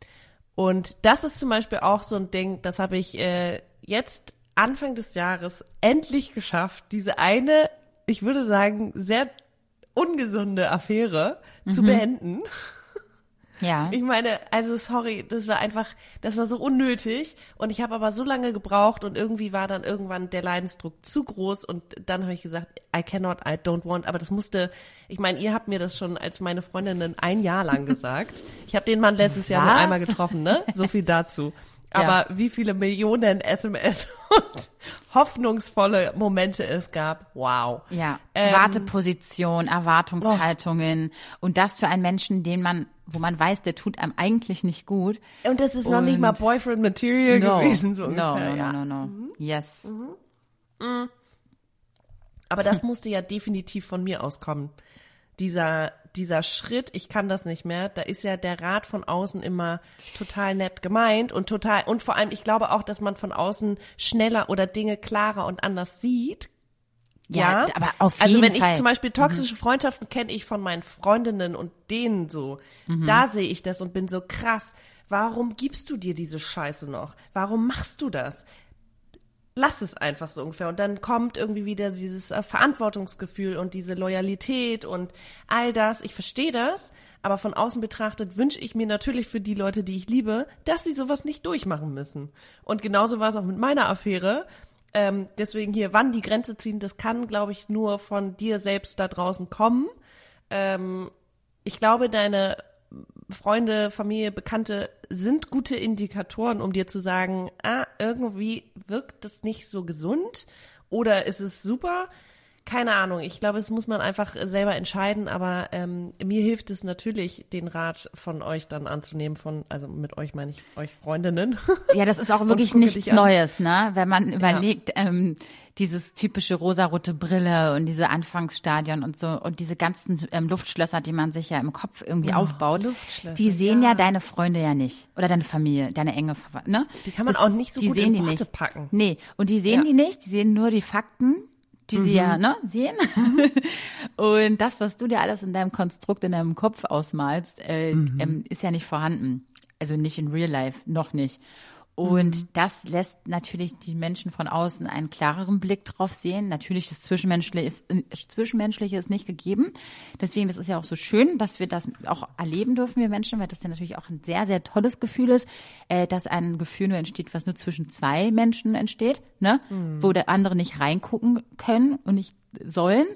S2: Und das ist zum Beispiel auch so ein Ding, das habe ich äh, jetzt Anfang des Jahres endlich geschafft, diese eine, ich würde sagen, sehr ungesunde Affäre mhm. zu beenden.
S3: Ja.
S2: Ich meine, also sorry, das war einfach, das war so unnötig und ich habe aber so lange gebraucht und irgendwie war dann irgendwann der Leidensdruck zu groß und dann habe ich gesagt, I cannot, I don't want, aber das musste, ich meine, ihr habt mir das schon als meine Freundinnen ein Jahr lang gesagt. Ich habe den Mann letztes Was? Jahr nur einmal getroffen, ne? So viel dazu. Aber ja. wie viele Millionen S M S und hoffnungsvolle Momente es gab, wow.
S3: Ja, ähm, Warteposition, Erwartungshaltungen oh. und das für einen Menschen, den man, wo man weiß, der tut einem eigentlich nicht gut.
S2: Und das ist und noch nicht mal Boyfriend Material
S3: no,
S2: gewesen, so
S3: no,
S2: ungefähr.
S3: No, no,
S2: ja.
S3: no, no, no.
S2: Mhm.
S3: Yes.
S2: Mhm. Mhm. Aber das musste ja definitiv von mir auskommen. Dieser, dieser Schritt, ich kann das nicht mehr, da ist ja der Rat von außen immer total nett gemeint und total, und vor allem, ich glaube auch, dass man von außen schneller oder Dinge klarer und anders sieht. Ja,
S3: ja aber auf jeden
S2: Also wenn
S3: Fall.
S2: ich zum Beispiel toxische mhm. Freundschaften kenne ich von meinen Freundinnen und denen so, mhm. da sehe ich das und bin so krass, warum gibst du dir diese Scheiße noch? Warum machst du das? Lass es einfach so ungefähr. Und dann kommt irgendwie wieder dieses äh, Verantwortungsgefühl und diese Loyalität und all das. Ich verstehe das, aber von außen betrachtet wünsche ich mir natürlich für die Leute, die ich liebe, dass sie sowas nicht durchmachen müssen. Und genauso war es auch mit meiner Affäre. Ähm, deswegen hier, wann die Grenze ziehen, das kann, glaube ich, nur von dir selbst da draußen kommen. Ähm, ich glaube, deine Freunde, Familie, Bekannte sind gute Indikatoren, um dir zu sagen, ah, irgendwie wirkt das nicht so gesund oder ist es super. keine Ahnung. Ich glaube, es muss man einfach selber entscheiden, aber ähm, mir hilft es natürlich, den Rat von euch dann anzunehmen, von, also mit euch meine ich euch Freundinnen.
S3: Ja, das ist auch wirklich nichts Neues, ne? Wenn man überlegt, ja. ähm, dieses typische rosarote Brille und diese Anfangsstadien und so und diese ganzen ähm, Luftschlösser, die man sich ja im Kopf irgendwie oh, aufbaut, die sehen ja. ja deine Freunde ja nicht oder deine Familie, deine enge Verwandte, ne?
S2: Die kann man
S3: das,
S2: auch nicht so
S3: die
S2: gut
S3: sehen
S2: in
S3: die
S2: Worte
S3: nicht.
S2: packen.
S3: Nee, und die sehen ja. die nicht, die sehen nur die Fakten, die mhm. sie ja ne, sehen. Mhm. Und das, was du dir alles in deinem Konstrukt, in deinem Kopf ausmalst, äh, mhm. ähm, ist ja nicht vorhanden. Also nicht in real life, noch nicht. Und mhm. das lässt natürlich die Menschen von außen einen klareren Blick drauf sehen. Natürlich, das Zwischenmenschliche ist, Zwischenmenschliche ist nicht gegeben. Deswegen, das ist ja auch so schön, dass wir das auch erleben dürfen, wir Menschen, weil das ja natürlich auch ein sehr, sehr tolles Gefühl ist, äh, dass ein Gefühl nur entsteht, was nur zwischen zwei Menschen entsteht, ne? Mhm. Wo der andere nicht reingucken können und nicht sollen.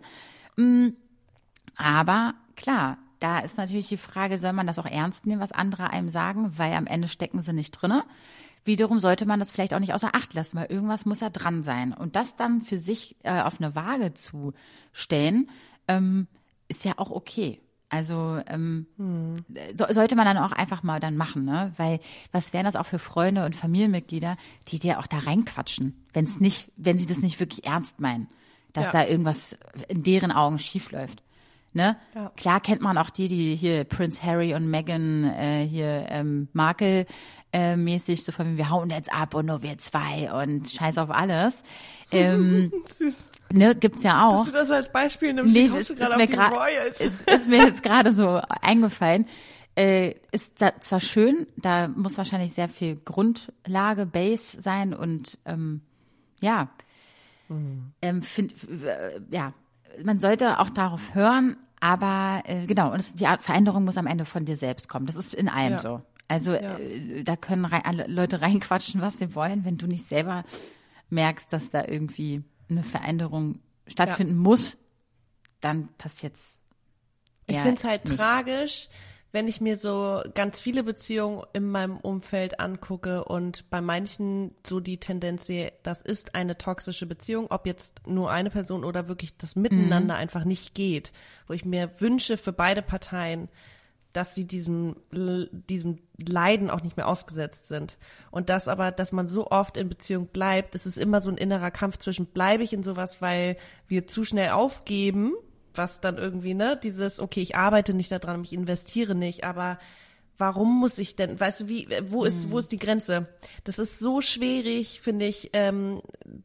S3: Aber klar, da ist natürlich die Frage, soll man das auch ernst nehmen, was andere einem sagen, weil am Ende stecken sie nicht drinne. Wiederum sollte man das vielleicht auch nicht außer Acht lassen, weil irgendwas muss ja dran sein. Und das dann für sich äh, auf eine Waage zu stellen, ähm, ist ja auch okay. Also ähm, hm. so, sollte man dann auch einfach mal dann machen, ne? Weil was wären das auch für Freunde und Familienmitglieder, die dir auch da reinquatschen, wenn es nicht, wenn sie das nicht wirklich ernst meinen, dass ja. da irgendwas in deren Augen schief läuft. Ne? Ja. Klar kennt man auch die, die hier Prince Harry und Meghan äh, hier ähm, Markle äh, mäßig so von wir hauen jetzt ab und nur wir zwei und scheiß auf alles. Ähm, Süß. Ne, gibt's ja auch.
S2: Dass du das als Beispiel nimmst,
S3: nee, ist, ist, mir ist, ist mir jetzt gerade so eingefallen. Äh, ist da zwar schön, da muss wahrscheinlich sehr viel Grundlage, Base sein und ähm, ja, mhm. ähm, find, äh, ja, man sollte auch darauf hören, aber äh, genau, und es, die Veränderung muss am Ende von dir selbst kommen. Das ist in allem ja. so. Also ja. äh, da können rein, alle Leute reinquatschen, was sie wollen, wenn du nicht selber merkst, dass da irgendwie eine Veränderung stattfinden ja. muss, dann passiert's.
S2: Ich finde es halt nicht. tragisch, wenn ich mir so ganz viele Beziehungen in meinem Umfeld angucke und bei manchen so die Tendenz sehe, das ist eine toxische Beziehung, ob jetzt nur eine Person oder wirklich das Miteinander mhm. einfach nicht geht, wo ich mir wünsche für beide Parteien, dass sie diesem, diesem Leiden auch nicht mehr ausgesetzt sind. Und das aber, dass man so oft in Beziehung bleibt, es ist immer so ein innerer Kampf zwischen, bleibe ich in sowas, weil wir zu schnell aufgeben, was dann irgendwie, ne, dieses, okay, ich arbeite nicht daran, ich investiere nicht, aber warum muss ich denn, weißt du, wie, wo ist, mhm. wo ist die Grenze? Das ist so schwierig, finde ich, ähm,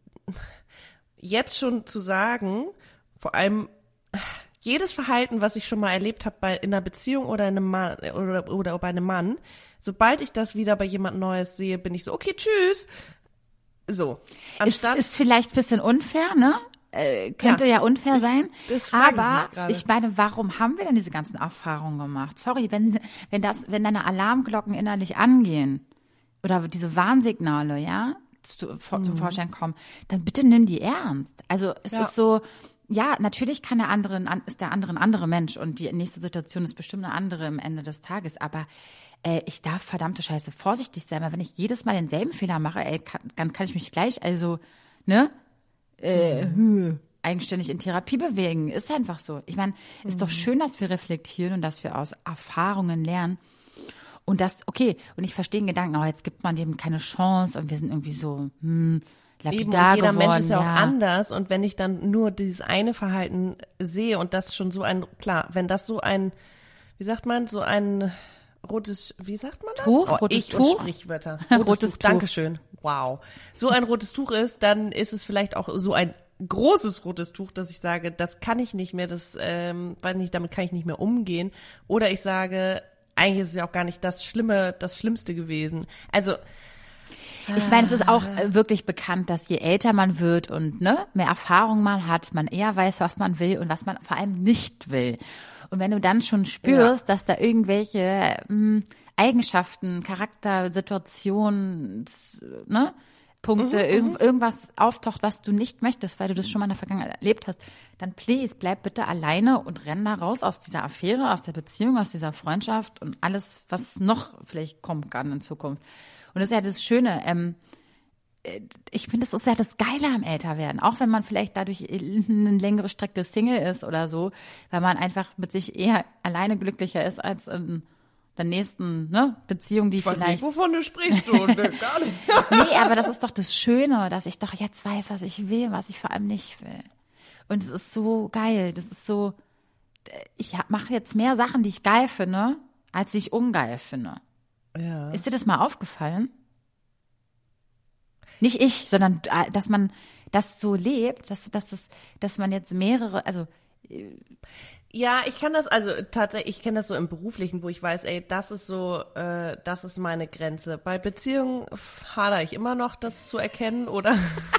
S2: jetzt schon zu sagen, vor allem jedes Verhalten, was ich schon mal erlebt habe bei in einer Beziehung oder in einem Mann oder, oder bei einem Mann, sobald ich das wieder bei jemand Neues sehe, bin ich so, okay, tschüss. So.
S3: Anstatt ist, ist vielleicht ein bisschen unfair, ne? Äh, könnte ja, ja unfair sein. Das aber ich, ich meine, warum haben wir denn diese ganzen Erfahrungen gemacht? Sorry, wenn wenn das, wenn deine Alarmglocken innerlich angehen oder diese Warnsignale, ja, zu, vor, mhm. zum Vorschein kommen, dann bitte nimm die ernst. Also es ja. ist so, ja, natürlich kann der andere, ist der andere ein anderer Mensch und die nächste Situation ist bestimmt eine andere am Ende des Tages, aber äh, ich darf verdammte Scheiße vorsichtig sein, weil wenn ich jedes Mal denselben Fehler mache, ey, kann, dann kann ich mich gleich, also, ne, äh, mhm. eigenständig in Therapie bewegen. Ist einfach so. Ich meine, mhm. ist doch schön, dass wir reflektieren und dass wir aus Erfahrungen lernen. Und das, okay, und ich verstehe den Gedanken, oh, jetzt gibt man dem keine Chance und wir sind irgendwie so, hm, lapidar
S2: Eben, und jeder
S3: geworden,
S2: Mensch ist ja,
S3: ja
S2: auch anders und wenn ich dann nur dieses eine Verhalten sehe und das schon so ein, klar, wenn das so ein, wie sagt man, so ein rotes, wie sagt man das?
S3: Tuch,
S2: oh,
S3: rotes
S2: ich
S3: Tuch.
S2: Und Sprichwörter. Rotes, rotes Tuch. Tuch. Dankeschön. Wow. So ein rotes Tuch ist, dann ist es vielleicht auch so ein großes rotes Tuch, dass ich sage, das kann ich nicht mehr, das, ähm, weiß nicht, damit kann ich nicht mehr umgehen. Oder ich sage, eigentlich ist es ja auch gar nicht das Schlimme, das Schlimmste gewesen. Also,
S3: ich meine, es ist auch wirklich bekannt, dass je älter man wird und ne, mehr Erfahrung man hat, man eher weiß, was man will und was man vor allem nicht will. Und wenn du dann schon spürst, ja. dass da irgendwelche mh, Eigenschaften, Charakter, Situationen, ne, Punkte, mhm, irgend, irgendwas auftaucht, was du nicht möchtest, weil du das schon mal in der Vergangenheit erlebt hast, dann please, bleib bitte alleine und renn da raus aus dieser Affäre, aus der Beziehung, aus dieser Freundschaft und alles, was noch vielleicht kommen kann in Zukunft. Und das ist ja das Schöne, ähm, ich finde, das ist ja das Geile am Älterwerden. Auch wenn man vielleicht dadurch eine längere Strecke Single ist oder so, weil man einfach mit sich eher alleine glücklicher ist als in der nächsten ne, Beziehung, die
S2: ich weiß
S3: vielleicht...
S2: nicht, wovon du sprichst, du. Nee, gar nicht.
S3: Nee, aber das ist doch das Schöne, dass ich doch jetzt weiß, was ich will, was ich vor allem nicht will. Und es ist so geil. Das ist so... Ich mache jetzt mehr Sachen, die ich geil finde, als ich ungeil finde.
S2: Ja.
S3: Ist dir das mal aufgefallen? Nicht ich, sondern dass man das so lebt, dass, dass, das, dass man jetzt mehrere, also
S2: ja, ich kann das, also tatsächlich, ich kenne das so im Beruflichen, wo ich weiß, ey, das ist so, äh, das ist meine Grenze. Bei Beziehungen hadere ich immer noch, das zu erkennen, oder?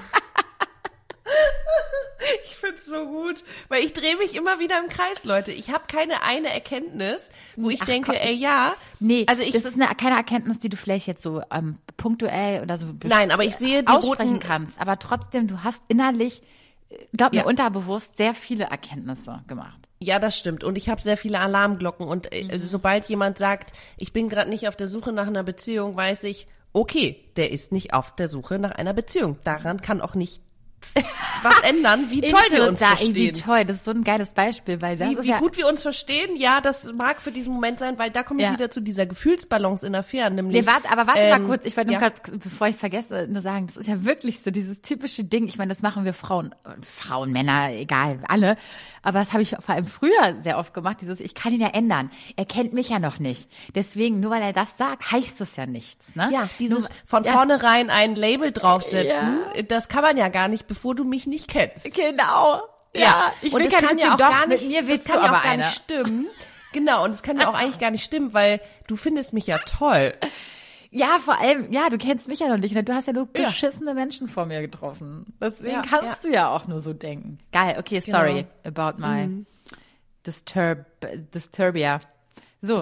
S2: Ich find's so gut, weil ich drehe mich immer wieder im Kreis, Leute. Ich habe keine eine Erkenntnis, wo ich
S3: Ach,
S2: denke,
S3: Gott,
S2: ey, ja.
S3: Nee,
S2: also ich,
S3: das ist eine, keine Erkenntnis, die du vielleicht jetzt so ähm, punktuell oder so
S2: nein, aber ich sehe die
S3: aussprechen
S2: roten,
S3: kannst. Aber trotzdem, du hast innerlich, glaub mir,
S2: ja.
S3: unterbewusst sehr viele Erkenntnisse gemacht.
S2: Ja, das stimmt. Und ich habe sehr viele Alarmglocken. Und äh,
S3: Mhm.
S2: sobald jemand sagt, ich bin gerade nicht auf der Suche nach einer Beziehung, weiß ich, okay, der ist nicht auf der Suche nach einer Beziehung. Daran kann auch nicht was ändern, wie toll wir uns
S3: da,
S2: verstehen.
S3: Wie toll, das ist so ein geiles Beispiel, weil das
S2: Wie,
S3: ist
S2: wie
S3: ja
S2: gut wir uns verstehen, ja, das mag für diesen Moment sein, weil da komme ich
S3: Ja.
S2: wieder zu dieser Gefühlsbalance in Affären, nämlich.
S3: Nee, warte, aber warte
S2: ähm,
S3: mal kurz, ich wollte nur
S2: ja.
S3: kurz, bevor ich es vergesse, nur sagen, das ist ja wirklich so dieses typische Ding, ich meine, das machen wir Frauen, Frauen, Männer, egal, alle, aber das habe ich vor allem früher sehr oft gemacht, dieses, ich kann ihn ja ändern, er kennt mich ja noch nicht, deswegen, nur weil er das sagt, heißt das ja nichts, ne?
S2: Ja, dieses
S3: nur,
S2: von
S3: ja.
S2: vornherein ein Label draufsetzen,
S3: Ja.
S2: das kann man ja gar nicht, bevor du mich nicht kennst.
S3: Genau. Ja, ich
S2: und
S3: will
S2: das
S3: keine
S2: kann ja
S3: Beziehung,
S2: auch
S3: doch,
S2: gar nicht,
S3: mit mir willst
S2: das kann
S3: du
S2: ja
S3: aber
S2: auch gar
S3: eine.
S2: nicht stimmen. Genau, und es kann ja auch eigentlich gar nicht stimmen, weil du findest mich ja toll.
S3: Ja, vor allem, ja, du kennst mich ja noch nicht, ne? Du hast ja nur
S2: Ja.
S3: beschissene Menschen vor mir getroffen. Deswegen
S2: Ja,
S3: kannst
S2: ja.
S3: du ja auch nur so denken. Geil, okay,
S2: Genau.
S3: sorry about my
S2: Mhm.
S3: disturb, Disturbia. So.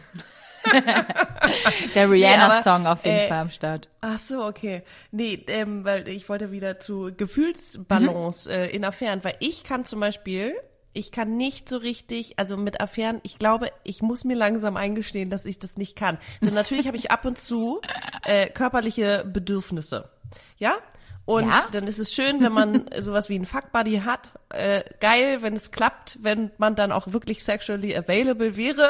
S3: Der Rihanna-Song
S2: Nee, aber,
S3: auf jeden
S2: äh,
S3: Fall am Start.
S2: Ach so, okay. Nee, ähm, weil ich wollte wieder zu Gefühlsbalance
S3: Mhm.
S2: äh, in Affären, weil ich kann zum Beispiel, ich kann nicht so richtig, also mit Affären, ich glaube, ich muss mir langsam eingestehen, dass ich das nicht kann. So, natürlich habe ich ab und zu äh, körperliche Bedürfnisse, ja? Und
S3: Ja?
S2: dann ist es schön, wenn man sowas wie einen Fuckbuddy hat. Äh, geil, wenn es klappt, wenn man dann auch wirklich sexually available wäre.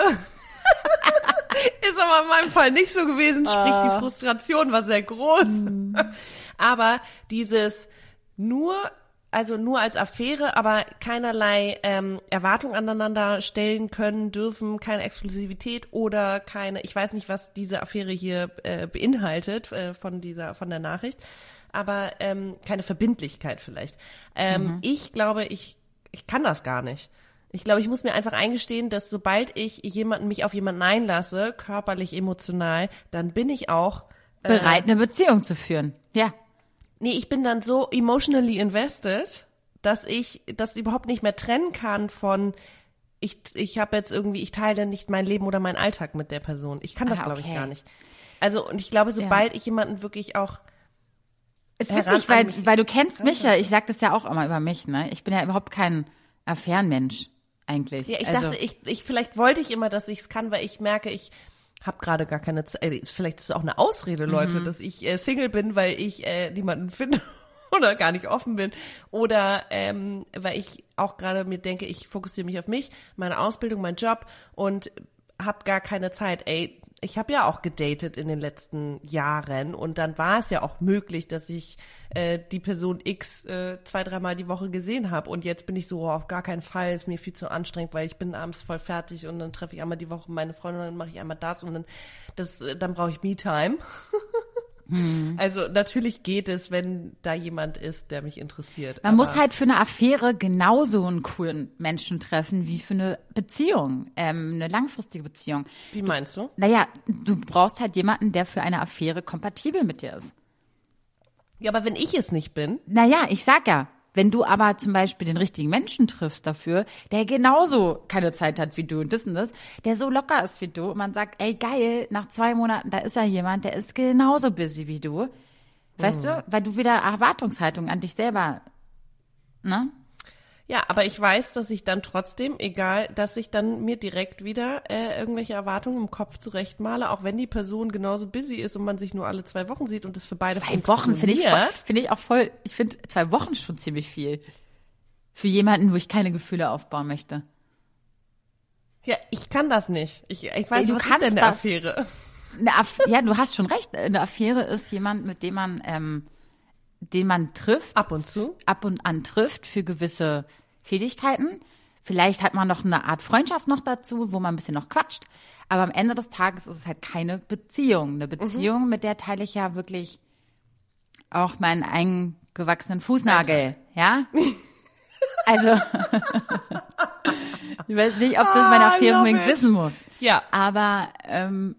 S2: Ist aber in meinem Fall nicht so gewesen, sprich die Frustration war sehr groß.
S3: Mm.
S2: Aber dieses nur, also nur als Affäre, aber keinerlei ähm, Erwartung aneinander stellen können, dürfen, keine Exklusivität oder keine, ich weiß nicht, was diese Affäre hier äh, beinhaltet äh, von dieser, von der Nachricht, aber ähm, keine Verbindlichkeit vielleicht. Ähm,
S3: Mhm.
S2: Ich glaube, ich, ich kann das gar nicht. Ich glaube, ich muss mir einfach eingestehen, dass sobald ich jemanden mich auf jemanden einlasse, körperlich, emotional, dann bin ich auch äh,
S3: Bereit, eine Beziehung zu führen. Ja.
S2: Nee, ich bin dann so emotionally invested, dass ich das überhaupt nicht mehr trennen kann von ich ich habe jetzt irgendwie, ich teile nicht mein Leben oder meinen Alltag mit der Person. Ich kann das,
S3: Ah,
S2: glaube ich,
S3: okay.
S2: gar nicht. Also, und ich glaube, sobald ich jemanden wirklich auch
S3: Ist
S2: heran
S3: witzig,
S2: an
S3: weil,
S2: mich-
S3: weil du kennst mich ja, ich sag das ja auch immer über mich, ne? Ich bin ja überhaupt kein Affärenmensch, eigentlich.
S2: Ja, ich
S3: also,
S2: dachte, ich, ich vielleicht wollte ich immer, dass ich es kann, weil ich merke, ich habe gerade gar keine Zeit. Äh, vielleicht ist es auch eine Ausrede, Leute,
S3: Mhm.
S2: dass ich äh, Single bin, weil ich äh, niemanden finde oder gar nicht offen bin. Oder ähm, weil ich auch gerade mir denke, ich fokussiere mich auf mich, meine Ausbildung, meinen Job und habe gar keine Zeit. Ey, ich habe ja auch gedatet in den letzten Jahren und dann war es ja auch möglich, dass ich äh, die Person X äh, zwei, dreimal die Woche gesehen habe und jetzt bin ich so, oh, auf gar keinen Fall, ist mir viel zu anstrengend, weil ich bin abends voll fertig und dann treffe ich einmal die Woche meine Freundin und dann mache ich einmal das und dann das, äh, dann brauche ich Me-Time.
S3: hm.
S2: Also natürlich geht es, wenn da jemand ist, der mich interessiert.
S3: Man
S2: aber
S3: muss halt für eine Affäre genauso einen coolen Menschen treffen wie für eine Beziehung, ähm, eine langfristige Beziehung.
S2: Wie meinst du?
S3: Naja, du brauchst halt jemanden, der für eine Affäre kompatibel mit dir ist.
S2: Ja, aber wenn ich es nicht bin,
S3: Naja, ich sag ja, wenn du aber zum Beispiel den richtigen Menschen triffst dafür, der genauso keine Zeit hat wie du und das und das, der so locker ist wie du und man sagt, ey geil, nach zwei Monaten, da ist ja jemand, der ist genauso busy wie du. Weißt
S2: Mhm.
S3: du? Weil du wieder Erwartungshaltung an dich selber, ne?
S2: Ja, aber ich weiß, dass ich dann trotzdem, egal, dass ich dann mir direkt wieder äh, irgendwelche Erwartungen im Kopf zurechtmale, auch wenn die Person genauso busy ist und man sich nur alle zwei Wochen sieht und das für beide
S3: Zwei Wochen finde ich, voll- finde ich auch voll, ich finde zwei Wochen schon ziemlich viel. Für jemanden, wo ich keine Gefühle aufbauen möchte.
S2: Ja, ich kann das nicht. Ich, ich weiß,
S3: Ey, du
S2: was ist
S3: kannst
S2: denn eine
S3: das.
S2: Affäre?
S3: Eine Aff- ja, du hast schon recht. Eine Affäre ist jemand, mit dem man, ähm, den man trifft.
S2: Ab und zu.
S3: Ab und an trifft für gewisse Tätigkeiten. Vielleicht hat man noch eine Art Freundschaft noch dazu, wo man ein bisschen noch quatscht. Aber am Ende des Tages ist es halt keine Beziehung. Eine Beziehung, mhm. mit der teile ich ja wirklich auch meinen eingewachsenen Fußnagel. Ja? Also, ich weiß nicht, ob das meine Affäre unbedingt wissen muss.
S2: Ja.
S3: Aber, ähm,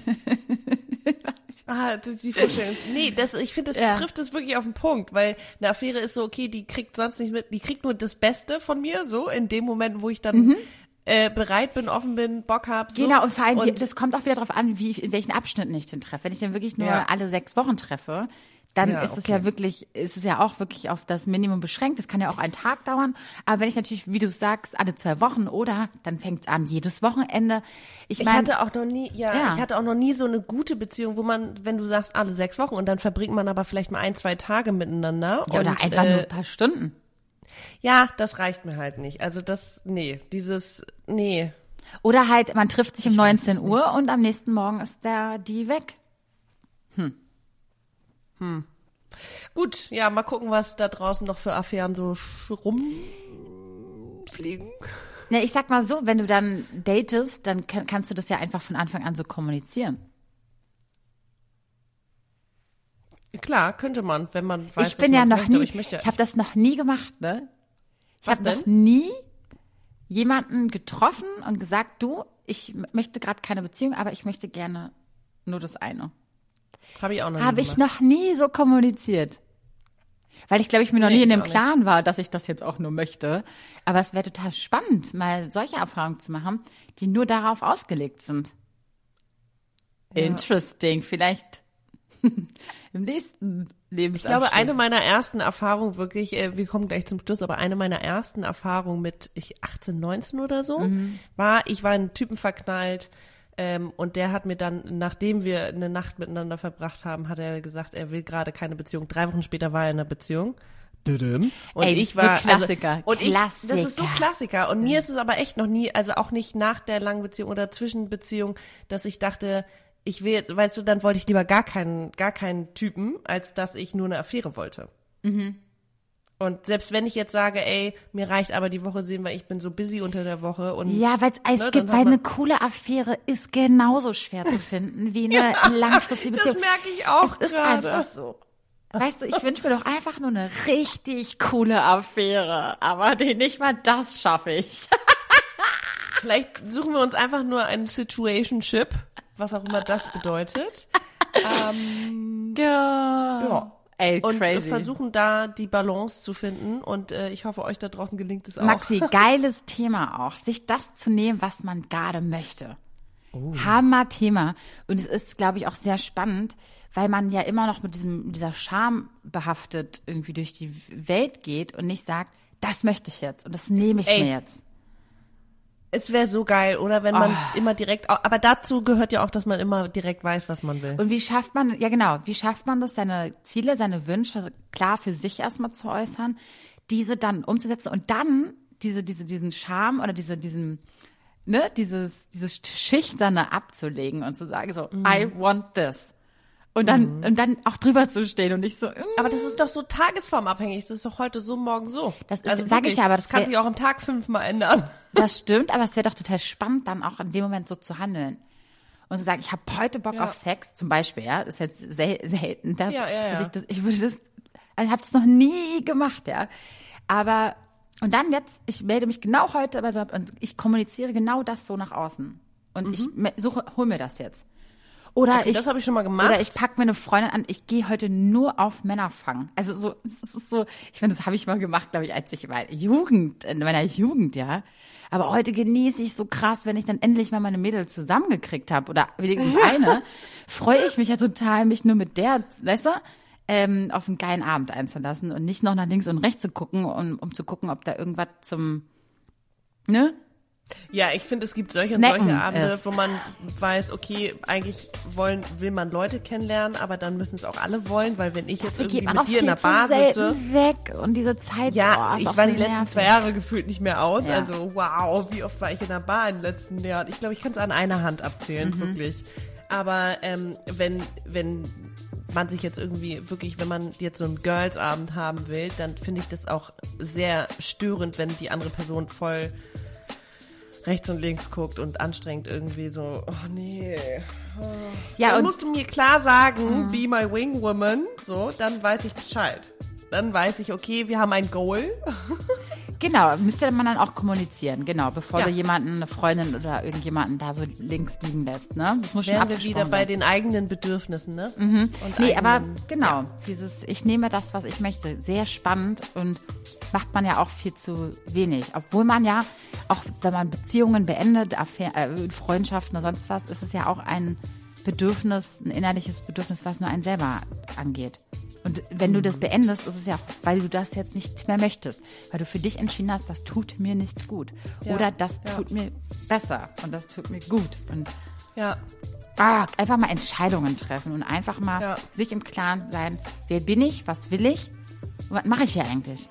S2: Ah, die Vorstellung ist, nee, das, ich finde, das
S3: Ja.
S2: trifft es wirklich auf den Punkt, weil eine Affäre ist so, okay, die kriegt sonst nicht mit, die kriegt nur das Beste von mir, so, in dem Moment, wo ich dann mhm. äh, bereit bin, offen bin, Bock hab, so.
S3: Genau, und vor allem,
S2: und,
S3: wie, das kommt auch wieder darauf an, wie, in welchen Abschnitten ich den treffe. Wenn ich den wirklich nur
S2: Ja.
S3: alle sechs Wochen treffe, dann
S2: Ja,
S3: ist es
S2: okay.
S3: ja wirklich, ist es ja auch wirklich auf das Minimum beschränkt. Das kann ja auch einen Tag dauern. Aber wenn ich natürlich, wie du sagst, alle zwei Wochen oder, dann fängt es an, jedes Wochenende. Ich
S2: Ich
S3: meine,
S2: hatte auch noch nie, ja,
S3: Ja.
S2: ich hatte auch noch nie so eine gute Beziehung, wo man, wenn du sagst, alle sechs Wochen und dann verbringt man aber vielleicht mal ein, zwei Tage miteinander.
S3: ja, oder
S2: und,
S3: einfach
S2: äh,
S3: nur ein paar Stunden.
S2: Ja, das reicht mir halt nicht. Also das, nee, dieses, nee.
S3: Oder halt, man trifft sich um
S2: Ich weiß
S3: neunzehn
S2: es
S3: Uhr und am nächsten Morgen ist der, die weg.
S2: Gut, ja, mal gucken, was da draußen noch für Affären so sch- rumfliegen.
S3: Ne, ich sag mal so, wenn du dann datest, dann kann, kannst du das ja einfach von Anfang an so kommunizieren.
S2: Klar, könnte man, wenn man weiß,
S3: ich bin
S2: was
S3: ja
S2: man
S3: noch
S2: möchte,
S3: nie,
S2: aber ich
S3: ich,
S2: möchte ja,
S3: habe das noch nie gemacht, ne? Ich
S2: Was
S3: habe noch
S2: denn?
S3: nie jemanden getroffen und gesagt, du, ich m- möchte gerade keine Beziehung, aber ich möchte gerne nur das eine.
S2: habe ich auch noch nie
S3: Habe ich
S2: gemacht.
S3: noch nie so kommuniziert. Weil ich glaube, ich mir noch
S2: Nee,
S3: nie in
S2: ich
S3: dem
S2: auch nicht.
S3: Klaren war, dass ich das jetzt auch nur möchte. Aber es wäre total spannend, mal solche Erfahrungen zu machen, die nur darauf ausgelegt sind. Interesting. Vielleicht im nächsten Lebensabschnitt.
S2: Ich glaube, eine meiner ersten Erfahrungen wirklich, äh, wir kommen gleich zum Schluss, aber eine meiner ersten Erfahrungen mit ich achtzehn, neunzehn oder so,
S3: Mhm.
S2: war, ich war in einen Typen verknallt, ähm, und der hat mir dann, nachdem wir eine Nacht miteinander verbracht haben, hat er gesagt, er will gerade keine Beziehung. Drei Wochen später war er in einer Beziehung. Und
S3: Ey, das
S2: ich
S3: ist so
S2: war
S3: Klassiker.
S2: Also, und ich, das ist so
S3: Klassiker.
S2: Klassiker. Und mir ist es aber echt noch nie, also auch nicht nach der langen Beziehung oder Zwischenbeziehung, dass ich dachte, ich will jetzt, weißt du, dann wollte ich lieber gar keinen, gar keinen Typen, als dass ich nur eine Affäre wollte.
S3: Mhm.
S2: Und selbst wenn ich jetzt sage, ey, mir reicht aber die Woche sehen, weil ich bin so busy unter der Woche und
S3: Ja, weil es
S2: Ne,
S3: gibt,
S2: dann hat
S3: weil
S2: man-
S3: eine coole Affäre ist genauso schwer zu finden wie eine langfristige
S2: das
S3: Beziehung.
S2: merke ich auch
S3: Es ist
S2: gerade.
S3: einfach so. Weißt du, ich wünsche mir doch einfach nur eine richtig coole Affäre, aber die, nicht mal das schaffe ich.
S2: Vielleicht suchen wir uns einfach nur ein Situationship, was auch immer das bedeutet. ähm,
S3: Ja.
S2: ja.
S3: Ey,
S2: Und
S3: crazy.
S2: versuchen da die Balance zu finden und äh, ich hoffe, euch da draußen gelingt es auch.
S3: Maxi, geiles Thema auch. Sich das zu nehmen, was man gerade möchte.
S2: Oh.
S3: Hammer Thema. Und es ist, glaube ich, auch sehr spannend, weil man ja immer noch mit diesem, dieser Scham behaftet irgendwie durch die Welt geht und nicht sagt, das möchte ich jetzt und das nehme ich
S2: Ey.
S3: mir jetzt.
S2: Es wäre so geil, oder wenn man
S3: Oh.
S2: immer direkt, aber dazu gehört ja auch, dass man immer direkt weiß, was man will.
S3: Und wie schafft man, ja genau, wie schafft man das, seine Ziele, seine Wünsche klar für sich erstmal zu äußern, diese dann umzusetzen und dann diese, diese, diesen Charme oder diese, diesen, ne, dieses, dieses Schüchterne abzulegen und zu sagen so,
S2: Mhm.
S3: I want this. Und dann, und dann auch drüber zu stehen und nicht so, mm.
S2: Aber das ist doch so tagesformabhängig. Das ist doch heute so, morgen so.
S3: Das ist-
S2: also
S3: sag ich
S2: wirklich,
S3: ja, aber
S2: das,
S3: das
S2: kann
S3: wär-
S2: sich auch am Tag fünfmal ändern.
S3: Das stimmt, aber es wäre doch total spannend, dann auch in dem Moment so zu handeln. Und zu sagen, ich habe heute Bock
S2: Ja.
S3: auf Sex, zum Beispiel, ja, das ist jetzt sel selten, dass,
S2: Ja, ja, ja.
S3: dass ich das, ich würde das, also ich habe es noch nie gemacht, ja. Aber, und dann jetzt, ich melde mich genau heute, aber so, und ich kommuniziere genau das so nach außen. Und ich me- suche, hol mir das jetzt. Oder
S2: Mhm. Okay,
S3: ich,
S2: das habe ich schon mal gemacht.
S3: Oder ich pack mir eine Freundin an, ich gehe heute nur auf Männer fangen. Also so, es ist so, ich meine, das habe ich mal gemacht, glaube ich, als ich in meiner Jugend, in meiner Jugend, ja. Aber heute genieße ich so krass, wenn ich dann endlich mal meine Mädels zusammengekriegt habe oder wenigstens eine, freue ich mich ja total, mich nur mit der, weißt du, ähm, auf einen geilen Abend einzulassen und nicht noch nach links und rechts zu gucken, um, um zu gucken, ob da irgendwas zum, ne?
S2: Ja, ich finde, es gibt solche
S3: Snacken
S2: und solche Abende,
S3: ist.
S2: wo man weiß, okay, eigentlich wollen, will man Leute kennenlernen, aber dann müssen es auch alle wollen, weil wenn ich jetzt
S3: Da
S2: irgendwie
S3: geht man
S2: mit
S3: auch
S2: dir in
S3: viel
S2: der
S3: zu
S2: Bar sitze,
S3: selten weg und diese Zeit,
S2: ja,
S3: boah, ist
S2: ich
S3: auch
S2: war
S3: so
S2: die letzten
S3: nervig.
S2: zwei Jahre gefühlt nicht mehr aus,
S3: Ja.
S2: also wow, wie oft war ich in der Bar in den letzten Jahren? Ich glaube, ich kann es an einer Hand abzählen,
S3: Mhm.
S2: wirklich. Aber ähm, wenn, wenn man sich jetzt irgendwie wirklich, wenn man jetzt so einen Girls-Abend haben will, dann finde ich das auch sehr störend, wenn die andere Person voll rechts und links guckt und anstrengend irgendwie so, oh nee. Oh.
S3: Ja,
S2: dann
S3: und-
S2: musst du mir klar sagen, be my wing woman, so, dann weiß ich Bescheid. Dann weiß ich, okay, wir haben ein Goal.
S3: Genau, müsste man dann auch kommunizieren, genau, bevor
S2: Ja.
S3: du jemanden, eine Freundin oder irgendjemanden da so links liegen lässt, ne? Das muss schon
S2: Wären wir
S3: abgesprochen
S2: wieder bei
S3: werden.
S2: den eigenen Bedürfnissen, ne?
S3: Mhm.
S2: Und
S3: Nee,
S2: eigenen,
S3: aber genau,
S2: Ja.
S3: dieses, ich nehme das, was ich möchte, sehr spannend und macht man ja auch viel zu wenig. Obwohl man ja, auch wenn man Beziehungen beendet, Affäre, äh, Freundschaften oder sonst was, ist es ja auch ein Bedürfnis, ein innerliches Bedürfnis, was nur einen selber angeht. Und wenn du das beendest, ist es ja auch, weil du das jetzt nicht mehr möchtest. Weil du für dich entschieden hast, das tut mir nicht gut.
S2: Ja,
S3: Oder das
S2: ja.
S3: tut mir besser und das tut mir gut. Und
S2: Ja.
S3: ah, einfach mal Entscheidungen treffen und einfach mal
S2: Ja.
S3: sich im Klaren sein, wer bin ich, was will ich und was mache ich hier eigentlich?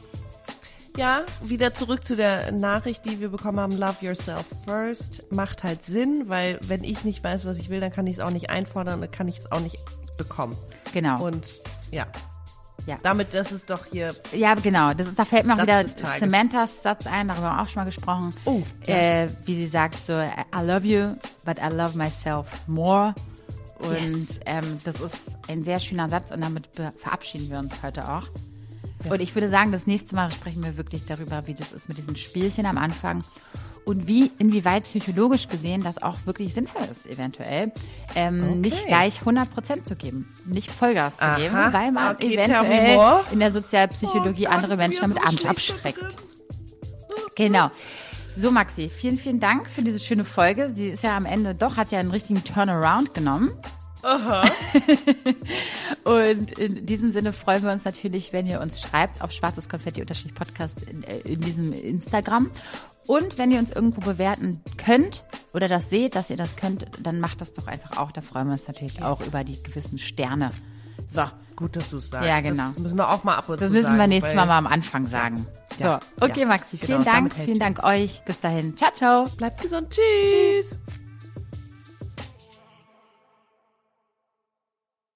S2: Ja, wieder zurück zu der Nachricht, die wir bekommen haben, love yourself first, macht halt Sinn, weil wenn ich nicht weiß, was ich will, dann kann ich es auch nicht einfordern und dann kann ich es auch nicht bekommen.
S3: Genau.
S2: Und ja,
S3: Ja.
S2: damit, das ist doch hier,
S3: Ja, genau. Das ist, da fällt mir auch
S2: Satz
S3: wieder
S2: des Tages.
S3: Samanthas Satz ein, darüber haben wir auch schon mal gesprochen.
S2: Oh, ja.
S3: äh, wie sie sagt so, I love you, but I love myself more. Und
S2: Yes.
S3: ähm, das ist ein sehr schöner Satz und damit be- verabschieden wir uns heute auch. Und ich würde sagen, das nächste Mal sprechen wir wirklich darüber, wie das ist mit diesen Spielchen am Anfang und wie, inwieweit psychologisch gesehen das auch wirklich sinnvoll ist, eventuell, ähm,
S2: Okay.
S3: nicht gleich hundert Prozent zu geben, nicht Vollgas zu
S2: Aha.
S3: geben, weil man
S2: Okay,
S3: eventuell
S2: Terror.
S3: in der Sozialpsychologie
S2: Oh Gott,
S3: andere Menschen
S2: ich bin
S3: damit
S2: so
S3: an-
S2: schlecht da
S3: abschreckt.
S2: drin.
S3: Genau. So, Maxi, vielen, vielen Dank für diese schöne Folge. Sie ist ja am Ende doch, hat ja einen richtigen Turnaround genommen.
S2: Aha.
S3: Und in diesem Sinne freuen wir uns natürlich, wenn ihr uns schreibt auf schwarzeskonfetti-podcast in, äh, in diesem Instagram. Und wenn ihr uns irgendwo bewerten könnt oder das seht, dass ihr das könnt, dann macht das doch einfach auch. Da freuen wir uns natürlich auch über die gewissen Sterne. So,
S2: Gut, dass du es sagst.
S3: Ja, genau.
S2: Das müssen wir auch mal ab und
S3: das
S2: zu
S3: müssen
S2: sagen.
S3: wir nächstes
S2: weil-
S3: Mal mal am Anfang sagen.
S2: Ja.
S3: So, okay,
S2: Ja.
S3: Maxi,
S2: Genau,
S3: vielen Dank.
S2: damit hält
S3: Vielen Dank euch. Bis dahin. Ciao, ciao.
S2: Bleibt gesund. Tschüss.